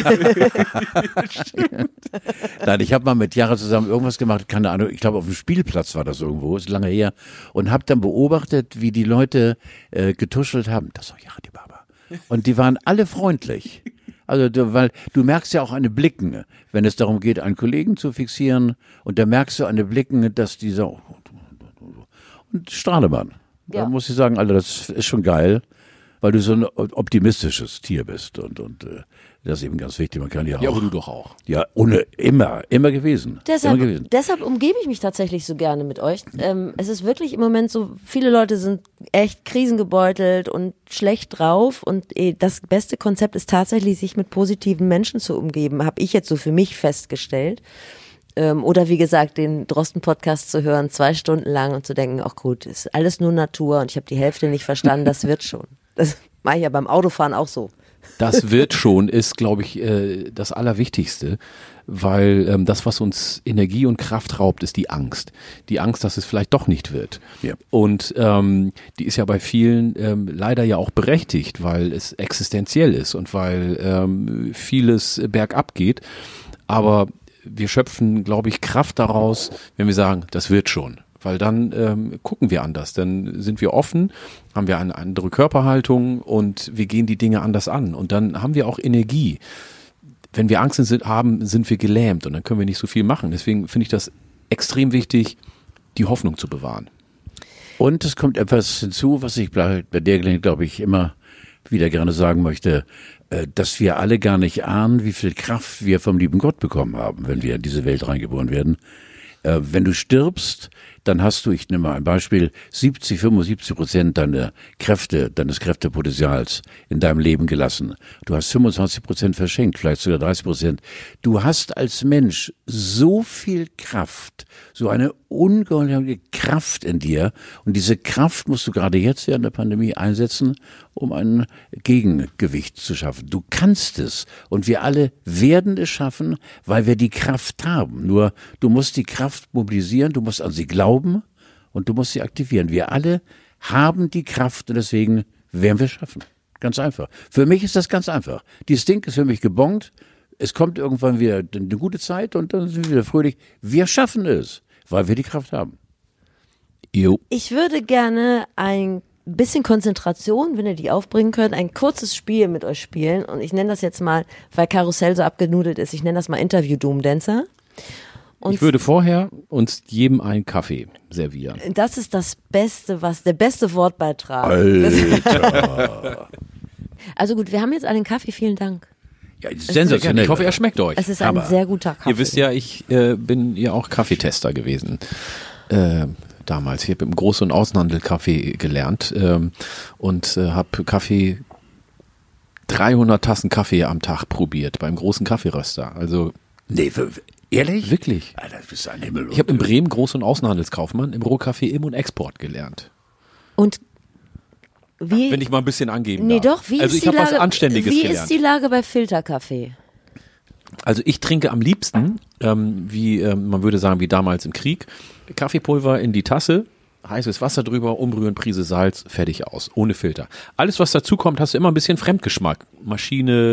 Nein, ich habe mal mit Jara zusammen irgendwas gemacht, keine Ahnung, ich glaube auf dem Spielplatz war das irgendwo, ist lange her, und habe dann beobachtet, wie die Leute getuschelt haben. Das ist doch Jara die Baba. Und die waren alle freundlich. Also, weil du merkst ja auch an den Blicken, wenn es darum geht, einen Kollegen zu fixieren, und da merkst du an den Blicken, dass die so, und Strahlemann. Ja. Da muss ich sagen, Alter, das ist schon geil, weil du so ein optimistisches Tier bist und das ist eben ganz wichtig. Man kann ja auch. Ja, aber du doch auch. Ja, immer gewesen. Deshalb umgebe ich mich tatsächlich so gerne mit euch. Es ist wirklich im Moment so, viele Leute sind echt krisengebeutelt und schlecht drauf, und das beste Konzept ist tatsächlich, sich mit positiven Menschen zu umgeben, habe ich jetzt so für mich festgestellt. Oder wie gesagt, den Drosten-Podcast zu hören, 2 Stunden lang und zu denken, ach gut, ist alles nur Natur und ich habe die Hälfte nicht verstanden, das wird schon. Das mache ich ja beim Autofahren auch so. Das wird schon, ist, glaube ich, das Allerwichtigste, weil das, was uns Energie und Kraft raubt, ist die Angst. Die Angst, dass es vielleicht doch nicht wird. Ja. Und die ist ja bei vielen leider ja auch berechtigt, weil es existenziell ist und weil vieles bergab geht. Aber wir schöpfen, glaube ich, Kraft daraus, wenn wir sagen, das wird schon. Weil dann gucken wir anders, dann sind wir offen, haben wir eine andere Körperhaltung und wir gehen die Dinge anders an. Und dann haben wir auch Energie. Wenn wir Angst haben, sind wir gelähmt und dann können wir nicht so viel machen. Deswegen finde ich das extrem wichtig, die Hoffnung zu bewahren. Und es kommt etwas hinzu, was ich bei der Gelegenheit, glaube ich, immer wieder gerne sagen möchte, dass wir alle gar nicht ahnen, wie viel Kraft wir vom lieben Gott bekommen haben, wenn wir in diese Welt reingeboren werden. Wenn du stirbst, dann hast du, ich nehme mal ein Beispiel, 75% deines Kräftepotenzials in deinem Leben gelassen. Du hast 25% verschenkt, vielleicht sogar 30%. Du hast als Mensch so viel Kraft, so eine ungeheuerliche Kraft in dir. Und diese Kraft musst du gerade jetzt während der Pandemie einsetzen, um ein Gegengewicht zu schaffen. Du kannst es. Und wir alle werden es schaffen, weil wir die Kraft haben. Nur du musst die Kraft mobilisieren, du musst an sie glauben und du musst sie aktivieren. Wir alle haben die Kraft und deswegen werden wir es schaffen. Ganz einfach. Für mich ist das ganz einfach. Dieses Ding ist für mich gebongt. Es kommt irgendwann wieder eine gute Zeit und dann sind wir wieder fröhlich. Wir schaffen es, weil wir die Kraft haben. Jo. Ich würde gerne ein bisschen Konzentration, wenn ihr die aufbringen könnt, ein kurzes Spiel mit euch spielen. Und ich nenne das jetzt mal, weil Karussell so abgenudelt ist, ich nenne das mal Interview-Doom-Dancer. Ich würde vorher uns jedem einen Kaffee servieren. Das ist das Beste, der beste Wortbeitrag. Alter. Also gut, wir haben jetzt einen Kaffee, vielen Dank. Ja, sensationell. Ich hoffe, er schmeckt euch. Es ist ein sehr guter Kaffee. Ihr wisst ja, ich bin ja auch Kaffeetester gewesen. Damals. Ich habe im Groß- und Außenhandel Kaffee gelernt und habe 300 Tassen Kaffee am Tag probiert beim großen Kaffeeröster. Also Nee, ehrlich? wirklich. Alter, das ist ein Himmel. Ich habe in Bremen Groß- und Außenhandelskaufmann im Rohkaffee Im- und Export gelernt. Und wie? Wenn ich mal ein bisschen angeben Nee, darf. doch, wie also ist ich habe die was Lage? Anständiges Wie gelernt. ist die Lage bei Filterkaffee? Also ich trinke am liebsten, wie man würde sagen, wie damals im Krieg, Kaffeepulver in die Tasse, heißes Wasser drüber, umrühren, Prise Salz, fertig aus, ohne Filter. Alles, was dazu kommt, hast du immer ein bisschen Fremdgeschmack. Maschine,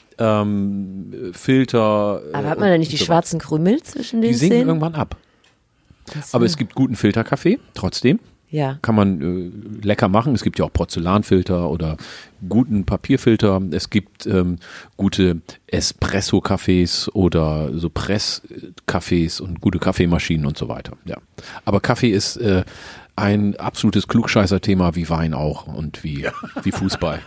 Filter. Aber hat man da nicht die schwarzen Krümel zwischen den Die sinken Zähnen? irgendwann ab. Aber es gibt guten Filterkaffee, trotzdem. Ja. Kann man lecker machen. Es gibt ja auch Porzellanfilter oder guten Papierfilter. Es gibt gute Espresso-Cafés oder so Press-Cafés und gute Kaffeemaschinen und so weiter. Ja. Aber Kaffee ist ein absolutes Klugscheißer-Thema wie Wein auch und wie Fußball.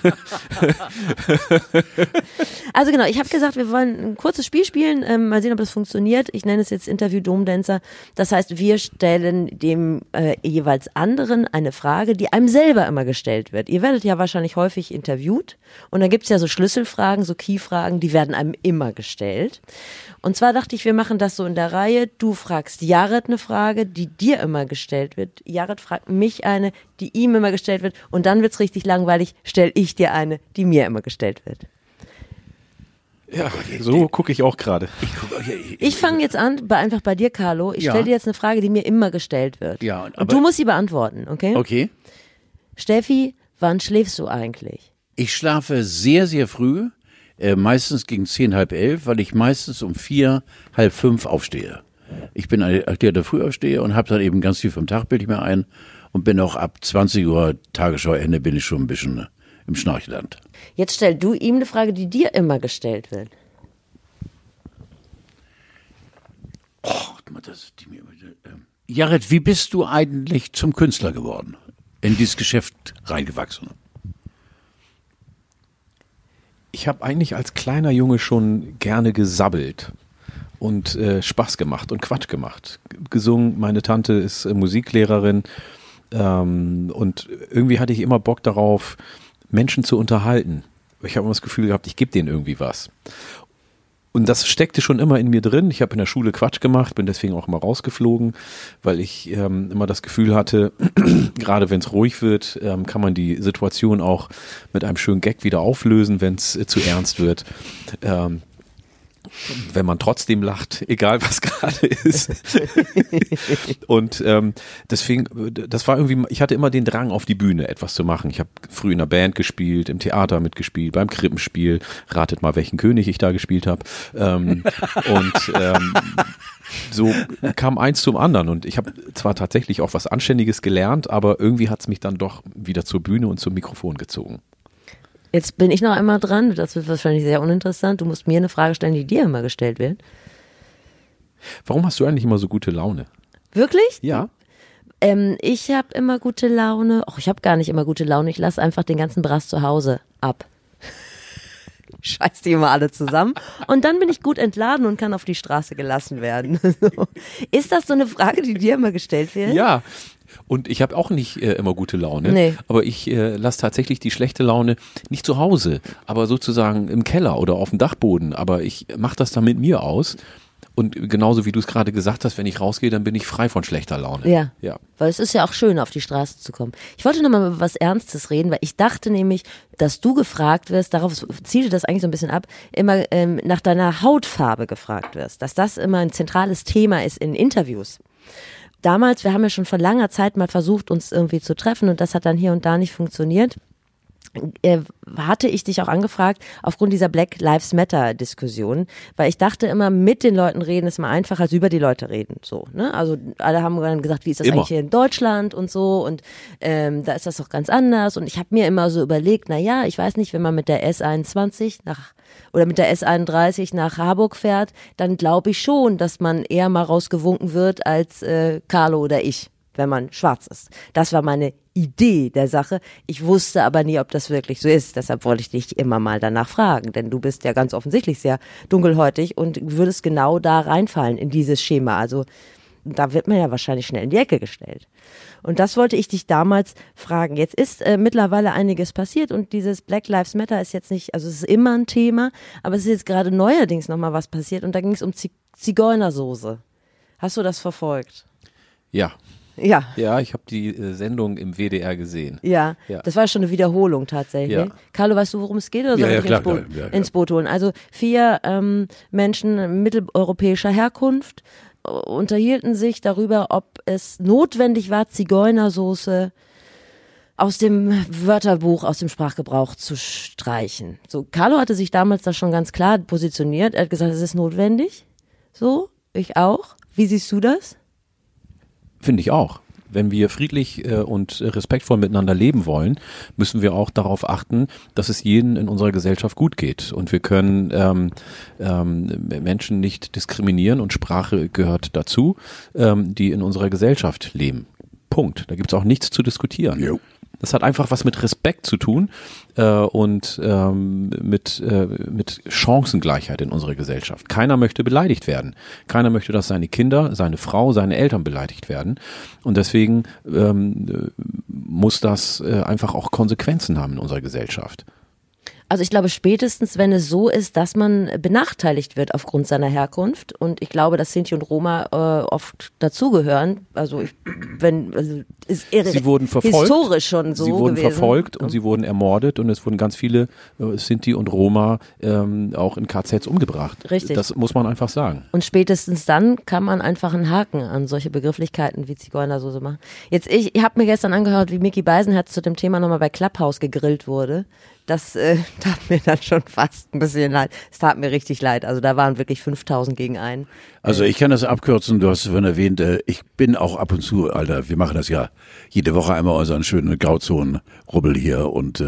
Also genau, ich habe gesagt, wir wollen ein kurzes Spiel spielen, mal sehen, ob das funktioniert. Ich nenne es jetzt Interview-Dom-Dancer. Das heißt, wir stellen dem jeweils anderen eine Frage, die einem selber immer gestellt wird. Ihr werdet ja wahrscheinlich häufig interviewt und dann gibt's ja so Schlüsselfragen, so Key-Fragen, die werden einem immer gestellt. Und zwar dachte ich, wir machen das so in der Reihe. Du fragst Jared eine Frage, die dir immer gestellt wird. Jared fragt mich eine, die ihm immer gestellt wird. Und dann wird's richtig langweilig, stelle ich dir eine, die mir immer gestellt wird. Ja, so gucke ich auch gerade. Ich fange jetzt an, einfach bei dir, Carlo. Ich stelle dir jetzt eine Frage, die mir immer gestellt wird. Ja, und du musst sie beantworten, okay? Okay. Steffi, wann schläfst du eigentlich? Ich schlafe sehr, sehr früh, meistens gegen 10, halb 11, weil ich meistens um 4, halb 5 aufstehe. Ich bin ein erklärter Frühaufsteher und habe dann eben ganz viel vom Tag, bilde ich mir ein und bin auch ab 20 Uhr Tagesschauende bin ich schon ein bisschen im Schnarchland. Jetzt stell du ihm eine Frage, die dir immer gestellt wird. Jared, wie bist du eigentlich zum Künstler geworden? In dieses Geschäft reingewachsen? Ich habe eigentlich als kleiner Junge schon gerne gesabbelt und Spaß gemacht und Quatsch gemacht. Gesungen, meine Tante ist Musiklehrerin und irgendwie hatte ich immer Bock darauf, Menschen zu unterhalten. Ich habe immer das Gefühl gehabt, ich gebe denen irgendwie was. Und das steckte schon immer in mir drin. Ich habe in der Schule Quatsch gemacht, bin deswegen auch immer rausgeflogen, weil ich immer das Gefühl hatte, gerade wenn es ruhig wird, kann man die Situation auch mit einem schönen Gag wieder auflösen, wenn es zu ernst wird. Wenn man trotzdem lacht, egal was gerade ist. Und deswegen, das war irgendwie, ich hatte immer den Drang auf die Bühne, etwas zu machen. Ich habe früh in einer Band gespielt, im Theater mitgespielt, beim Krippenspiel. Ratet mal, welchen König ich da gespielt habe. So kam eins zum anderen. Und ich habe zwar tatsächlich auch was Anständiges gelernt, aber irgendwie hat es mich dann doch wieder zur Bühne und zum Mikrofon gezogen. Jetzt bin ich noch einmal dran, das wird wahrscheinlich sehr uninteressant. Du musst mir eine Frage stellen, die dir immer gestellt wird. Warum hast du eigentlich immer so gute Laune? Wirklich? Ja. Ich habe immer gute Laune. Ich habe gar nicht immer gute Laune. Ich lasse einfach den ganzen Brass zu Hause ab. scheiß die immer alle zusammen. Und dann bin ich gut entladen und kann auf die Straße gelassen werden. Ist das so eine Frage, die dir immer gestellt wird? Ja. Und ich habe auch nicht immer gute Laune, Nee. aber ich lasse tatsächlich die schlechte Laune nicht zu Hause, aber sozusagen im Keller oder auf dem Dachboden. Aber ich mache das dann mit mir aus. Und genauso wie du es gerade gesagt hast, wenn ich rausgehe, dann bin ich frei von schlechter Laune. Ja. Weil es ist ja auch schön, auf die Straße zu kommen. Ich wollte nochmal über was Ernstes reden, weil ich dachte nämlich, dass du gefragt wirst, darauf zielte das eigentlich so ein bisschen ab, immer nach deiner Hautfarbe gefragt wirst. Dass das immer ein zentrales Thema ist in Interviews. Damals, wir haben ja schon vor langer Zeit mal versucht, uns irgendwie zu treffen und das hat dann hier und da nicht funktioniert. Hatte ich dich auch angefragt aufgrund dieser Black Lives Matter Diskussion, weil ich dachte immer, mit den Leuten reden ist mal einfacher als über die Leute reden, so, ne? Also alle haben dann gesagt, wie ist das eigentlich hier in Deutschland und so und da ist das doch ganz anders und ich habe mir immer so überlegt, na ja, ich weiß nicht, wenn man mit der S21 oder mit der S31 nach Harburg fährt, dann glaube ich schon, dass man eher mal rausgewunken wird als Carlo oder ich, wenn man schwarz ist. Das war meine Idee der Sache. Ich wusste aber nie, ob das wirklich so ist. Deshalb wollte ich dich immer mal danach fragen, denn du bist ja ganz offensichtlich sehr dunkelhäutig und würdest genau da reinfallen in dieses Schema. Also da wird man ja wahrscheinlich schnell in die Ecke gestellt. Und das wollte ich dich damals fragen. Jetzt ist mittlerweile einiges passiert und dieses Black Lives Matter ist jetzt nicht, also es ist immer ein Thema, aber es ist jetzt gerade neuerdings nochmal was passiert und da ging es um Zigeunersoße. Hast du das verfolgt? Ja. Ja. Ja, ich habe die Sendung im WDR gesehen. Ja, Ja. das war schon eine Wiederholung tatsächlich. Ja. Carlo, weißt du, worum es geht? Oder soll Ja, ich klar, dich klar. ins Boot holen? Also 4 Menschen mitteleuropäischer Herkunft unterhielten sich darüber, ob es notwendig war, Zigeunersoße aus dem Wörterbuch, aus dem Sprachgebrauch zu streichen. So, Carlo hatte sich damals da schon ganz klar positioniert. Er hat gesagt, es ist notwendig. So, ich auch. Wie siehst du das? Finde ich auch. Wenn wir friedlich und respektvoll miteinander leben wollen, müssen wir auch darauf achten, dass es jedem in unserer Gesellschaft gut geht. Und wir können Menschen nicht diskriminieren und Sprache gehört dazu, die in unserer Gesellschaft leben. Punkt. Da gibt es auch nichts zu diskutieren. Jo. Das hat einfach was mit Respekt zu tun und mit Chancengleichheit in unserer Gesellschaft. Keiner möchte beleidigt werden. Keiner möchte, dass seine Kinder, seine Frau, seine Eltern beleidigt werden. Und deswegen muss das einfach auch Konsequenzen haben in unserer Gesellschaft. Also ich glaube spätestens, wenn es so ist, dass man benachteiligt wird aufgrund seiner Herkunft und ich glaube, dass Sinti und Roma oft dazugehören. Also ist Sie wurden verfolgt. Historisch schon so Sie wurden gewesen. verfolgt und sie wurden ermordet und es wurden ganz viele Sinti und Roma auch in KZs umgebracht. Richtig. Das muss man einfach sagen. Und spätestens dann kann man einfach einen Haken an solche Begrifflichkeiten wie Zigeunersoße machen. Jetzt, ich habe mir gestern angehört, wie Micky Beisenherz zu dem Thema nochmal bei Clubhouse gegrillt wurde. Das tat mir dann schon fast ein bisschen leid. Es tat mir richtig leid. Also da waren wirklich 5000 gegen einen. Also ich kann das abkürzen, du hast es vorhin erwähnt, ich bin auch ab und zu, Alter, wir machen das ja jede Woche einmal unseren schönen Grauzonen-Rubbel hier und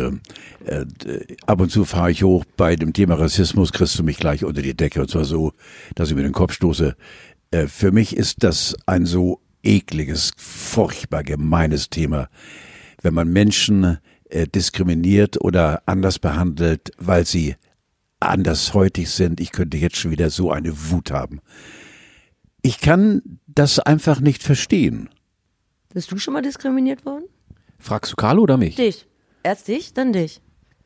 ab und zu fahre ich hoch, bei dem Thema Rassismus kriegst du mich gleich unter die Decke und zwar so, dass ich mir den Kopf stoße. Für mich ist das ein so ekliges, furchtbar gemeines Thema, wenn man Menschen diskriminiert oder anders behandelt, weil sie andershäutig sind. Ich könnte jetzt schon wieder so eine Wut haben. Ich kann das einfach nicht verstehen. Bist du schon mal diskriminiert worden? Fragst du Carlo oder mich? Dich. Erst dich, dann dich.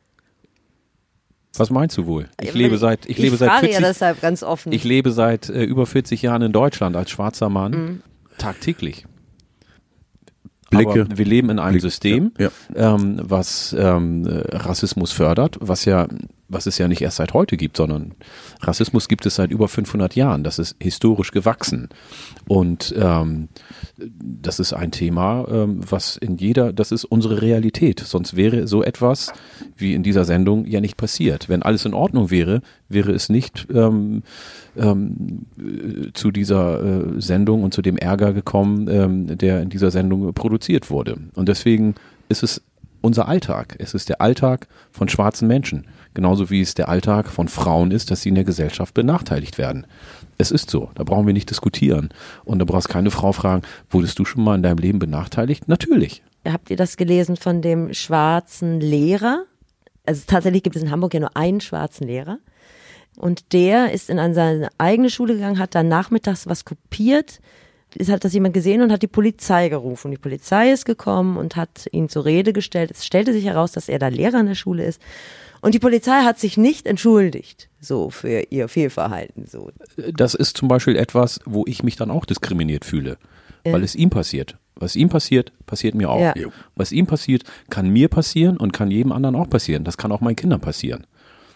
Was meinst du wohl? Ich frage ja deshalb ganz offen. Ich lebe seit über 40 Jahren in Deutschland als schwarzer Mann, tagtäglich. Blicke. Aber wir leben in einem System, ja. was Rassismus fördert, was es ja nicht erst seit heute gibt, sondern Rassismus gibt es seit über 500 Jahren. Das ist historisch gewachsen. Und das ist ein Thema, das ist unsere Realität. Sonst wäre so etwas wie in dieser Sendung ja nicht passiert. Wenn alles in Ordnung wäre, wäre es nicht zu dieser Sendung und zu dem Ärger gekommen, der in dieser Sendung produziert wurde. Und deswegen ist es unser Alltag. Es ist der Alltag von schwarzen Menschen. Genauso wie es der Alltag von Frauen ist, dass sie in der Gesellschaft benachteiligt werden. Es ist so. Da brauchen wir nicht diskutieren. Und da brauchst keine Frau fragen, wurdest du schon mal in deinem Leben benachteiligt? Natürlich. Habt ihr das gelesen von dem schwarzen Lehrer also tatsächlich gibt es in Hamburg ja nur einen schwarzen Lehrer. Und der ist an seine eigene Schule gegangen, hat dann nachmittags was kopiert, hat das jemand gesehen und hat die Polizei gerufen. Die Polizei ist gekommen und hat ihn zur Rede gestellt. Es stellte sich heraus, dass er da Lehrer in der Schule ist. Und die Polizei hat sich nicht entschuldigt, so für ihr Fehlverhalten. So. Das ist zum Beispiel etwas, wo ich mich dann auch diskriminiert fühle, weil es ihm passiert. Was ihm passiert, passiert mir auch. Ja. Was ihm passiert, kann mir passieren und kann jedem anderen auch passieren. Das kann auch meinen Kindern passieren.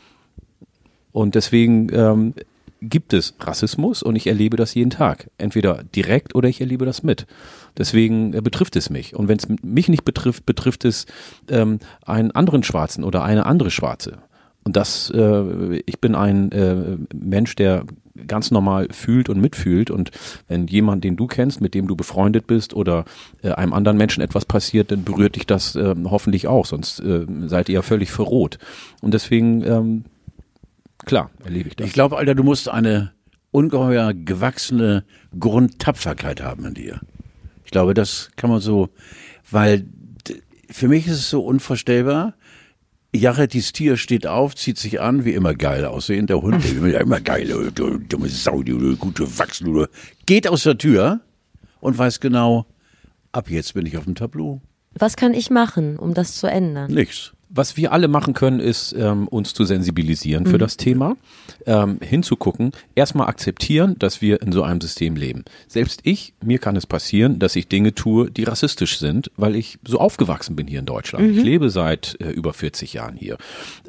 Und deswegen gibt es Rassismus und ich erlebe das jeden Tag. Entweder direkt oder ich erlebe das mit. Deswegen betrifft es mich. Und wenn es mich nicht betrifft, betrifft es einen anderen Schwarzen oder eine andere Schwarze. Und ich bin ein Mensch, der ganz normal fühlt und mitfühlt. Und wenn jemand, den du kennst, mit dem du befreundet bist oder einem anderen Menschen etwas passiert, dann berührt dich das hoffentlich auch. Sonst seid ihr ja völlig verroht. Und deswegen klar, erlebe ich das. Ich glaube, Alter, du musst eine ungeheuer gewachsene Grundtapferkeit haben in dir. Ich glaube, das kann man so, weil für mich ist es so unvorstellbar. Jaretis Tier steht auf, zieht sich an, wie immer geil aussehen. Der Hund, der immer geil, du dumme Sau, du gute Wachsen, du geht aus der Tür und weiß genau, ab jetzt bin ich auf dem Tableau. Was kann ich machen, um das zu ändern? Nichts. Was wir alle machen können, ist, uns zu sensibilisieren für das Thema, hinzugucken, erstmal akzeptieren, dass wir in so einem System leben. Selbst mir kann es passieren, dass ich Dinge tue, die rassistisch sind, weil ich so aufgewachsen bin hier in Deutschland. Ich lebe seit über 40 Jahren hier.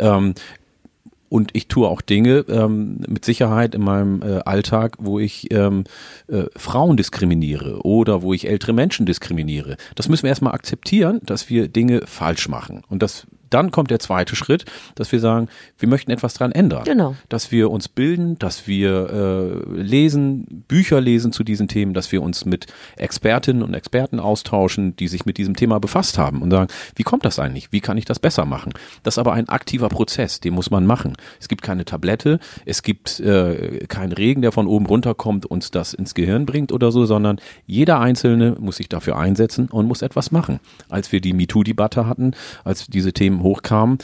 Und ich tue auch Dinge mit Sicherheit in meinem Alltag, wo ich Frauen diskriminiere oder wo ich ältere Menschen diskriminiere. Das müssen wir erstmal akzeptieren, dass wir Dinge falsch machen. Und dann kommt der zweite Schritt, dass wir sagen, wir möchten etwas dran ändern. Genau. Dass wir uns bilden, dass wir Bücher lesen zu diesen Themen, dass wir uns mit Expertinnen und Experten austauschen, die sich mit diesem Thema befasst haben und sagen, wie kommt das eigentlich? Wie kann ich das besser machen? Das ist aber ein aktiver Prozess, den muss man machen. Es gibt keine Tablette, es gibt keinen Regen, der von oben runterkommt und das ins Gehirn bringt oder so, sondern jeder Einzelne muss sich dafür einsetzen und muss etwas machen. Als wir die MeToo-Debatte hatten, als diese Themen hochkamen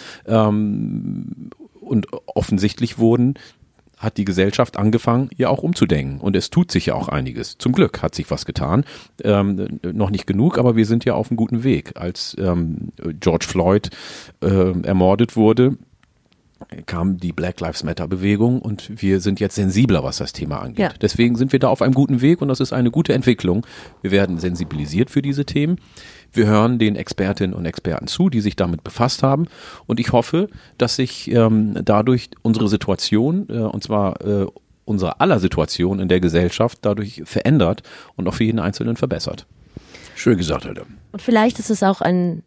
und offensichtlich wurden, hat die Gesellschaft angefangen, ja auch umzudenken. Und es tut sich ja auch einiges. Zum Glück hat sich was getan. Noch nicht genug, aber wir sind ja auf einem guten Weg. Als George Floyd ermordet wurde, kam die Black Lives Matter Bewegung und wir sind jetzt sensibler, was das Thema angeht. Ja. Deswegen sind wir da auf einem guten Weg und das ist eine gute Entwicklung. Wir werden sensibilisiert für diese Themen. Wir hören den Expertinnen und Experten zu, die sich damit befasst haben und ich hoffe, dass sich dadurch unsere Situation, und zwar unsere aller Situation in der Gesellschaft dadurch verändert und auch für jeden Einzelnen verbessert. Schön gesagt, Alter. Und vielleicht ist es auch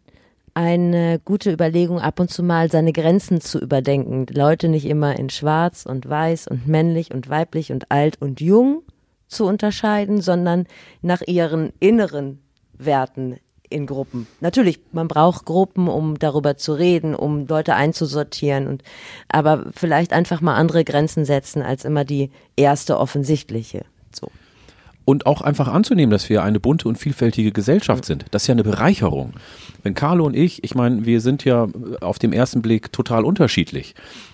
eine gute Überlegung, ab und zu mal seine Grenzen zu überdenken. Leute nicht immer in schwarz und weiß und männlich und weiblich und alt und jung zu unterscheiden, sondern nach ihren inneren Werten in Gruppen. Natürlich, man braucht Gruppen, um darüber zu reden, um Leute einzusortieren, aber vielleicht einfach mal andere Grenzen setzen als immer die erste offensichtliche. So. Und auch einfach anzunehmen, dass wir eine bunte und vielfältige Gesellschaft sind. Das ist ja eine Bereicherung. Wenn Carlo und ich meine, wir sind ja auf den ersten Blick total unterschiedlich.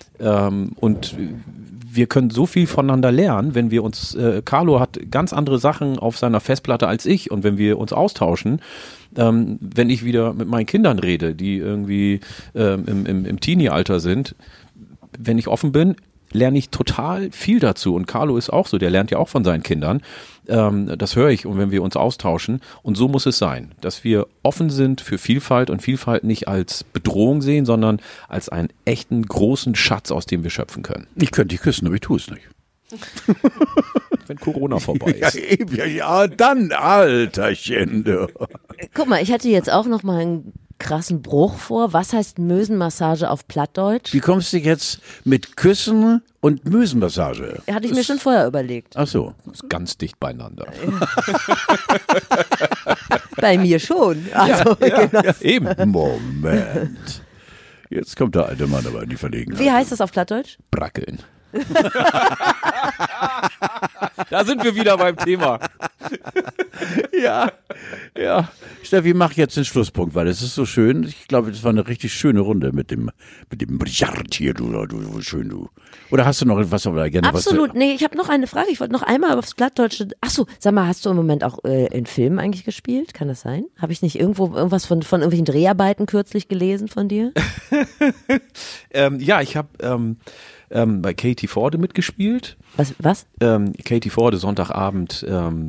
Und wir können so viel voneinander lernen, wenn wir uns, Carlo hat ganz andere Sachen auf seiner Festplatte als ich und wenn wir uns austauschen, wenn ich wieder mit meinen Kindern rede, die irgendwie im Teenie-Alter sind, wenn ich offen bin, lerne ich total viel dazu und Carlo ist auch so, der lernt ja auch von seinen Kindern, das höre ich und wenn wir uns austauschen und so muss es sein, dass wir offen sind für Vielfalt und Vielfalt nicht als Bedrohung sehen, sondern als einen echten großen Schatz, aus dem wir schöpfen können. Ich könnte dich küssen, aber ich tue es nicht. Wenn Corona vorbei ist. Ja, dann, Alterchen. Du. Guck mal, ich hatte jetzt auch noch mal einen krassen Bruch vor. Was heißt Mösenmassage auf Plattdeutsch? Wie kommst du jetzt mit Küssen und Mösenmassage? Hatte ich mir schon vorher überlegt. Ach so. Das ist ganz dicht beieinander. Bei mir schon. Also, genau. Ja, eben. Moment. Jetzt kommt der alte Mann aber in die Verlegenheit. Wie heißt das auf Plattdeutsch? Brackeln. Da sind wir wieder beim Thema. Ja. Steffi, mach jetzt den Schlusspunkt, weil es ist so schön. Ich glaube, das war eine richtig schöne Runde mit dem Billard hier, du schön, du. Oder hast du noch etwas, aber gerne Absolut, was? nee, ich habe noch eine Frage. Ich wollte noch einmal aufs Plattdeutsche. Achso, sag mal, hast du im Moment auch in Filmen eigentlich gespielt? Kann das sein? Habe ich nicht irgendwas von irgendwelchen Dreharbeiten kürzlich gelesen von dir? Ja, ich habe bei Katie Forde mitgespielt. Was? Katie Forde, Sonntagabend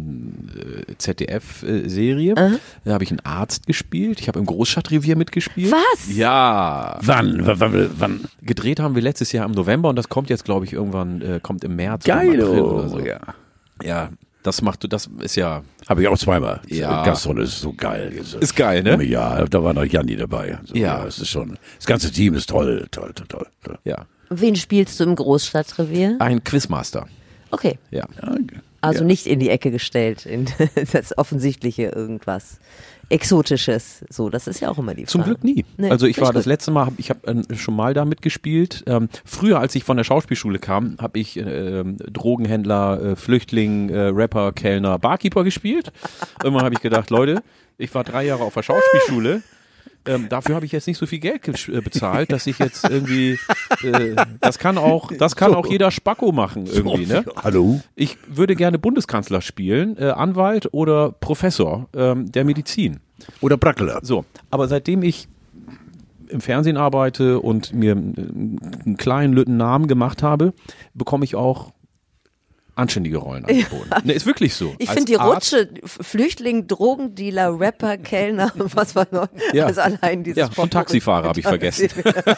ZDF-Serie. Da habe ich einen Arzt gespielt. Ich habe im Großstadtrevier mitgespielt. Was? Ja. Wann? Gedreht haben wir letztes Jahr im November und das kommt jetzt, glaube ich, irgendwann, kommt im März Geil, oder im April oder so. Ja. Ja, das ist ja... Habe ich auch zweimal. Ja. Gastrolle ist so geil. Ist geil, ne? Ja, da war noch Janni dabei. So, Ja. Es ist schon, das ganze Team ist toll. Ja. Wen spielst du im Großstadtrevier? Ein Quizmaster. Okay, Ja. also nicht in die Ecke gestellt, in das offensichtliche irgendwas Exotisches. So, das ist ja auch immer die Frage. Zum Glück nie. Nee, Also ich war finde das letzte Mal, ich habe schon mal da mitgespielt. Früher, als ich von der Schauspielschule kam, habe ich Drogenhändler, Flüchtling, Rapper, Kellner, Barkeeper gespielt. Irgendwann habe ich gedacht, Leute, ich war 3 Jahre auf der Schauspielschule. Dafür habe ich jetzt nicht so viel Geld bezahlt, dass ich jetzt irgendwie, das kann auch jeder Spacko machen irgendwie, ne? Hallo? Ich würde gerne Bundeskanzler spielen, Anwalt oder Professor der Medizin. Oder Brackler. So, aber seitdem ich im Fernsehen arbeite und mir einen kleinen lütten Namen gemacht habe, bekomme ich auch anständige Rollen angeboten. Ne, ist wirklich so. Ich Als finde die Arzt- Rutsche, Flüchtling, Drogendealer, Rapper, Kellner, was war noch? Ja. Also allein dieses Ja, und Taxifahrer habe ich vergessen.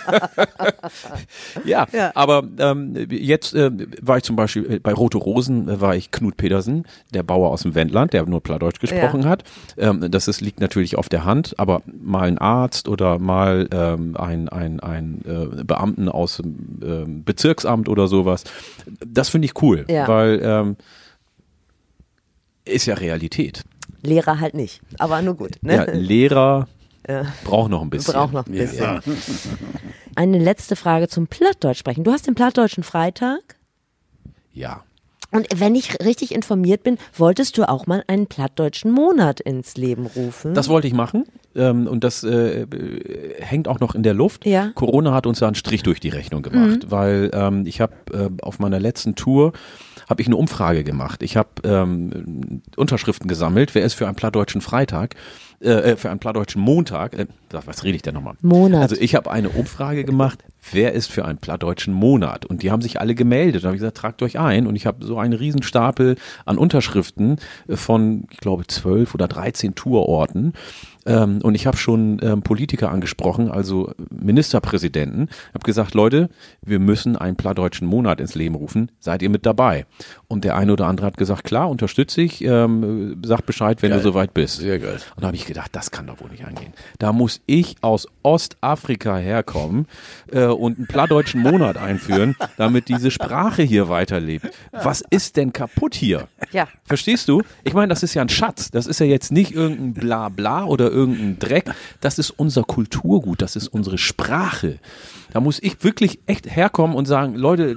Ja, aber jetzt war ich zum Beispiel bei Rote Rosen, war ich Knut Pedersen, der Bauer aus dem Wendland, der nur Plattdeutsch gesprochen hat. Liegt natürlich auf der Hand, aber mal ein Arzt oder mal ein Beamten aus dem Bezirksamt oder sowas, das finde ich cool, weil ist ja Realität. Lehrer halt nicht, aber nur gut. Ne? Ja, Lehrer braucht noch ein bisschen. Braucht noch ein bisschen. Ja. Eine letzte Frage zum Plattdeutsch sprechen. Du hast den Plattdeutschen Freitag. Ja. Und wenn ich richtig informiert bin, wolltest du auch mal einen plattdeutschen Monat ins Leben rufen? Das wollte ich machen und das hängt auch noch in der Luft. Ja. Corona hat uns da einen Strich durch die Rechnung gemacht, weil ich habe auf meiner letzten Tour habe ich eine Umfrage gemacht. Ich habe Unterschriften gesammelt, wer ist für einen plattdeutschen Freitag, für einen plattdeutschen Montag, was rede ich denn nochmal? Monat. Also ich habe eine Umfrage gemacht, wer ist für einen plattdeutschen Monat? Und die haben sich alle gemeldet. Da habe ich gesagt, tragt euch ein. Und ich habe so einen Riesen-Stapel an Unterschriften von, ich glaube, 12 oder 13 Tourorten. Und ich habe schon Politiker angesprochen, also Ministerpräsidenten. Ich habe gesagt, Leute, wir müssen einen plattdeutschen Monat ins Leben rufen. Seid ihr mit dabei? Und der eine oder andere hat gesagt, klar, unterstütze ich, sag Bescheid, wenn du soweit bist. Sehr geil. Und da habe ich gedacht, das kann doch wohl nicht angehen. Da muss ich aus Ostafrika herkommen und einen plattdeutschen Monat einführen, damit diese Sprache hier weiterlebt. Was ist denn kaputt hier? Ja. Verstehst du? Ich meine, das ist ja ein Schatz. Das ist ja jetzt nicht irgendein Blabla oder irgendein Dreck. Das ist unser Kulturgut. Das ist unsere Sprache. Da muss ich wirklich echt herkommen und sagen, Leute,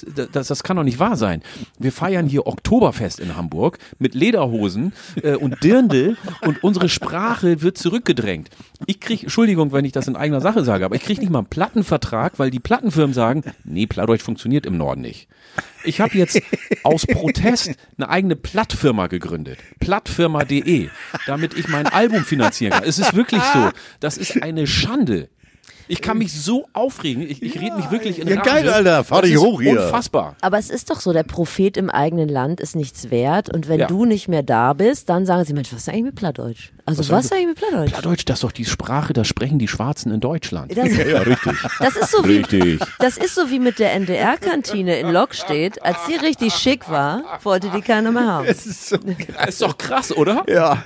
das kann doch nicht wahr sein. Wir feiern hier Oktoberfest in Hamburg mit Lederhosen und Dirndl und unsere Sprache wird zurückgedrängt. Ich kriege, Entschuldigung, wenn ich das in eigener Sache sage, aber ich kriege nicht mal einen Plattenvertrag, weil die Plattenfirmen sagen, nee, Plattdeutsch funktioniert im Norden nicht. Ich habe jetzt aus Protest eine eigene Plattfirma gegründet. Plattfirma.de, damit ich mein Album finanzieren kann. Es ist wirklich so. Das ist eine Schande. Ich kann mich so aufregen. Ich rede mich wirklich in Rage. Geil, Alter. Fahr dich hoch hier. Unfassbar. Aber es ist doch so, der Prophet im eigenen Land ist nichts wert. Und wenn du nicht mehr da bist, dann sagen sie, Mensch, was ist eigentlich mit Plattdeutsch? Also was ist eigentlich mit Plattdeutsch? Plattdeutsch, das ist doch die Sprache, das sprechen die Schwarzen in Deutschland. Das, Ja, richtig. das ist so wie, Richtig. das ist so wie mit der NDR-Kantine in Lockstedt. Als die richtig schick war, wollte die keiner mehr haben. Das ist doch krass, oder? Ja.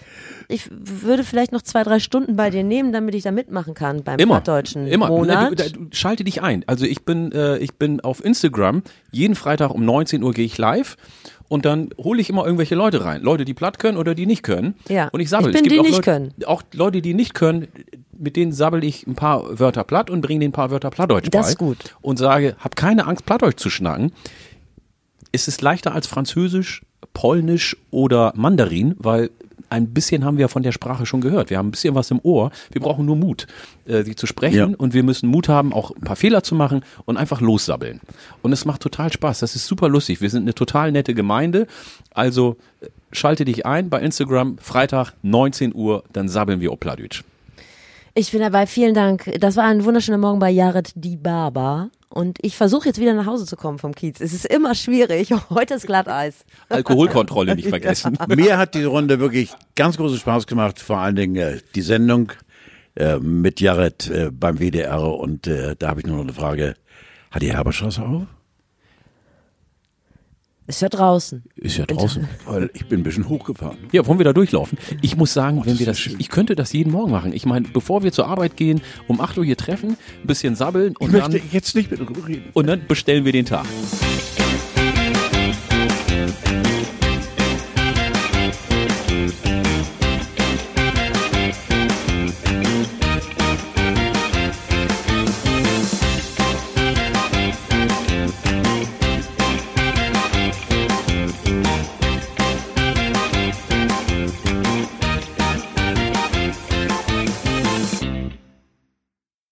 Ich würde vielleicht noch 2-3 Stunden bei dir nehmen, damit ich da mitmachen kann beim plattdeutschen Monat. Du schalte dich ein. Also ich bin auf Instagram, jeden Freitag um 19 Uhr gehe ich live und dann hole ich immer irgendwelche Leute rein. Leute, die platt können oder die nicht können. Ja. Und ich sammle. Ich bin es gibt die auch nicht Leute, können. Auch Leute, die nicht können, mit denen sabbel ich ein paar Wörter platt und bringe denen ein paar Wörter Plattdeutsch bei. Das ist gut. Und sage, hab keine Angst, Plattdeutsch zu schnacken. Es ist leichter als Französisch, Polnisch oder Mandarin, weil ein bisschen haben wir von der Sprache schon gehört. Wir haben ein bisschen was im Ohr. Wir brauchen nur Mut, sie zu sprechen. Und wir müssen Mut haben, auch ein paar Fehler zu machen und einfach lossabbeln. Und es macht total Spaß. Das ist super lustig. Wir sind eine total nette Gemeinde. Also schalte dich ein bei Instagram, Freitag 19 Uhr, dann sabbeln wir Opladütsch. Ich bin dabei, vielen Dank. Das war ein wunderschöner Morgen bei Jared die Barber. Und ich versuche jetzt wieder nach Hause zu kommen vom Kiez. Es ist immer schwierig. Heute ist Glatteis. Alkoholkontrolle nicht vergessen. Mir hat diese Runde wirklich ganz großen Spaß gemacht. Vor allen Dingen die Sendung mit Jared beim WDR. Und da habe ich nur noch eine Frage. Hat die Herberstraße auf? Ist ja draußen. Ist ja draußen, weil ich bin ein bisschen hochgefahren. Ja, wollen wir da durchlaufen? Ich muss sagen, ich könnte das jeden Morgen machen. Ich meine, bevor wir zur Arbeit gehen, um 8 Uhr hier treffen, ein bisschen sabbeln und Ich möchte jetzt nicht mit darüber reden. Und dann bestellen wir den Tag.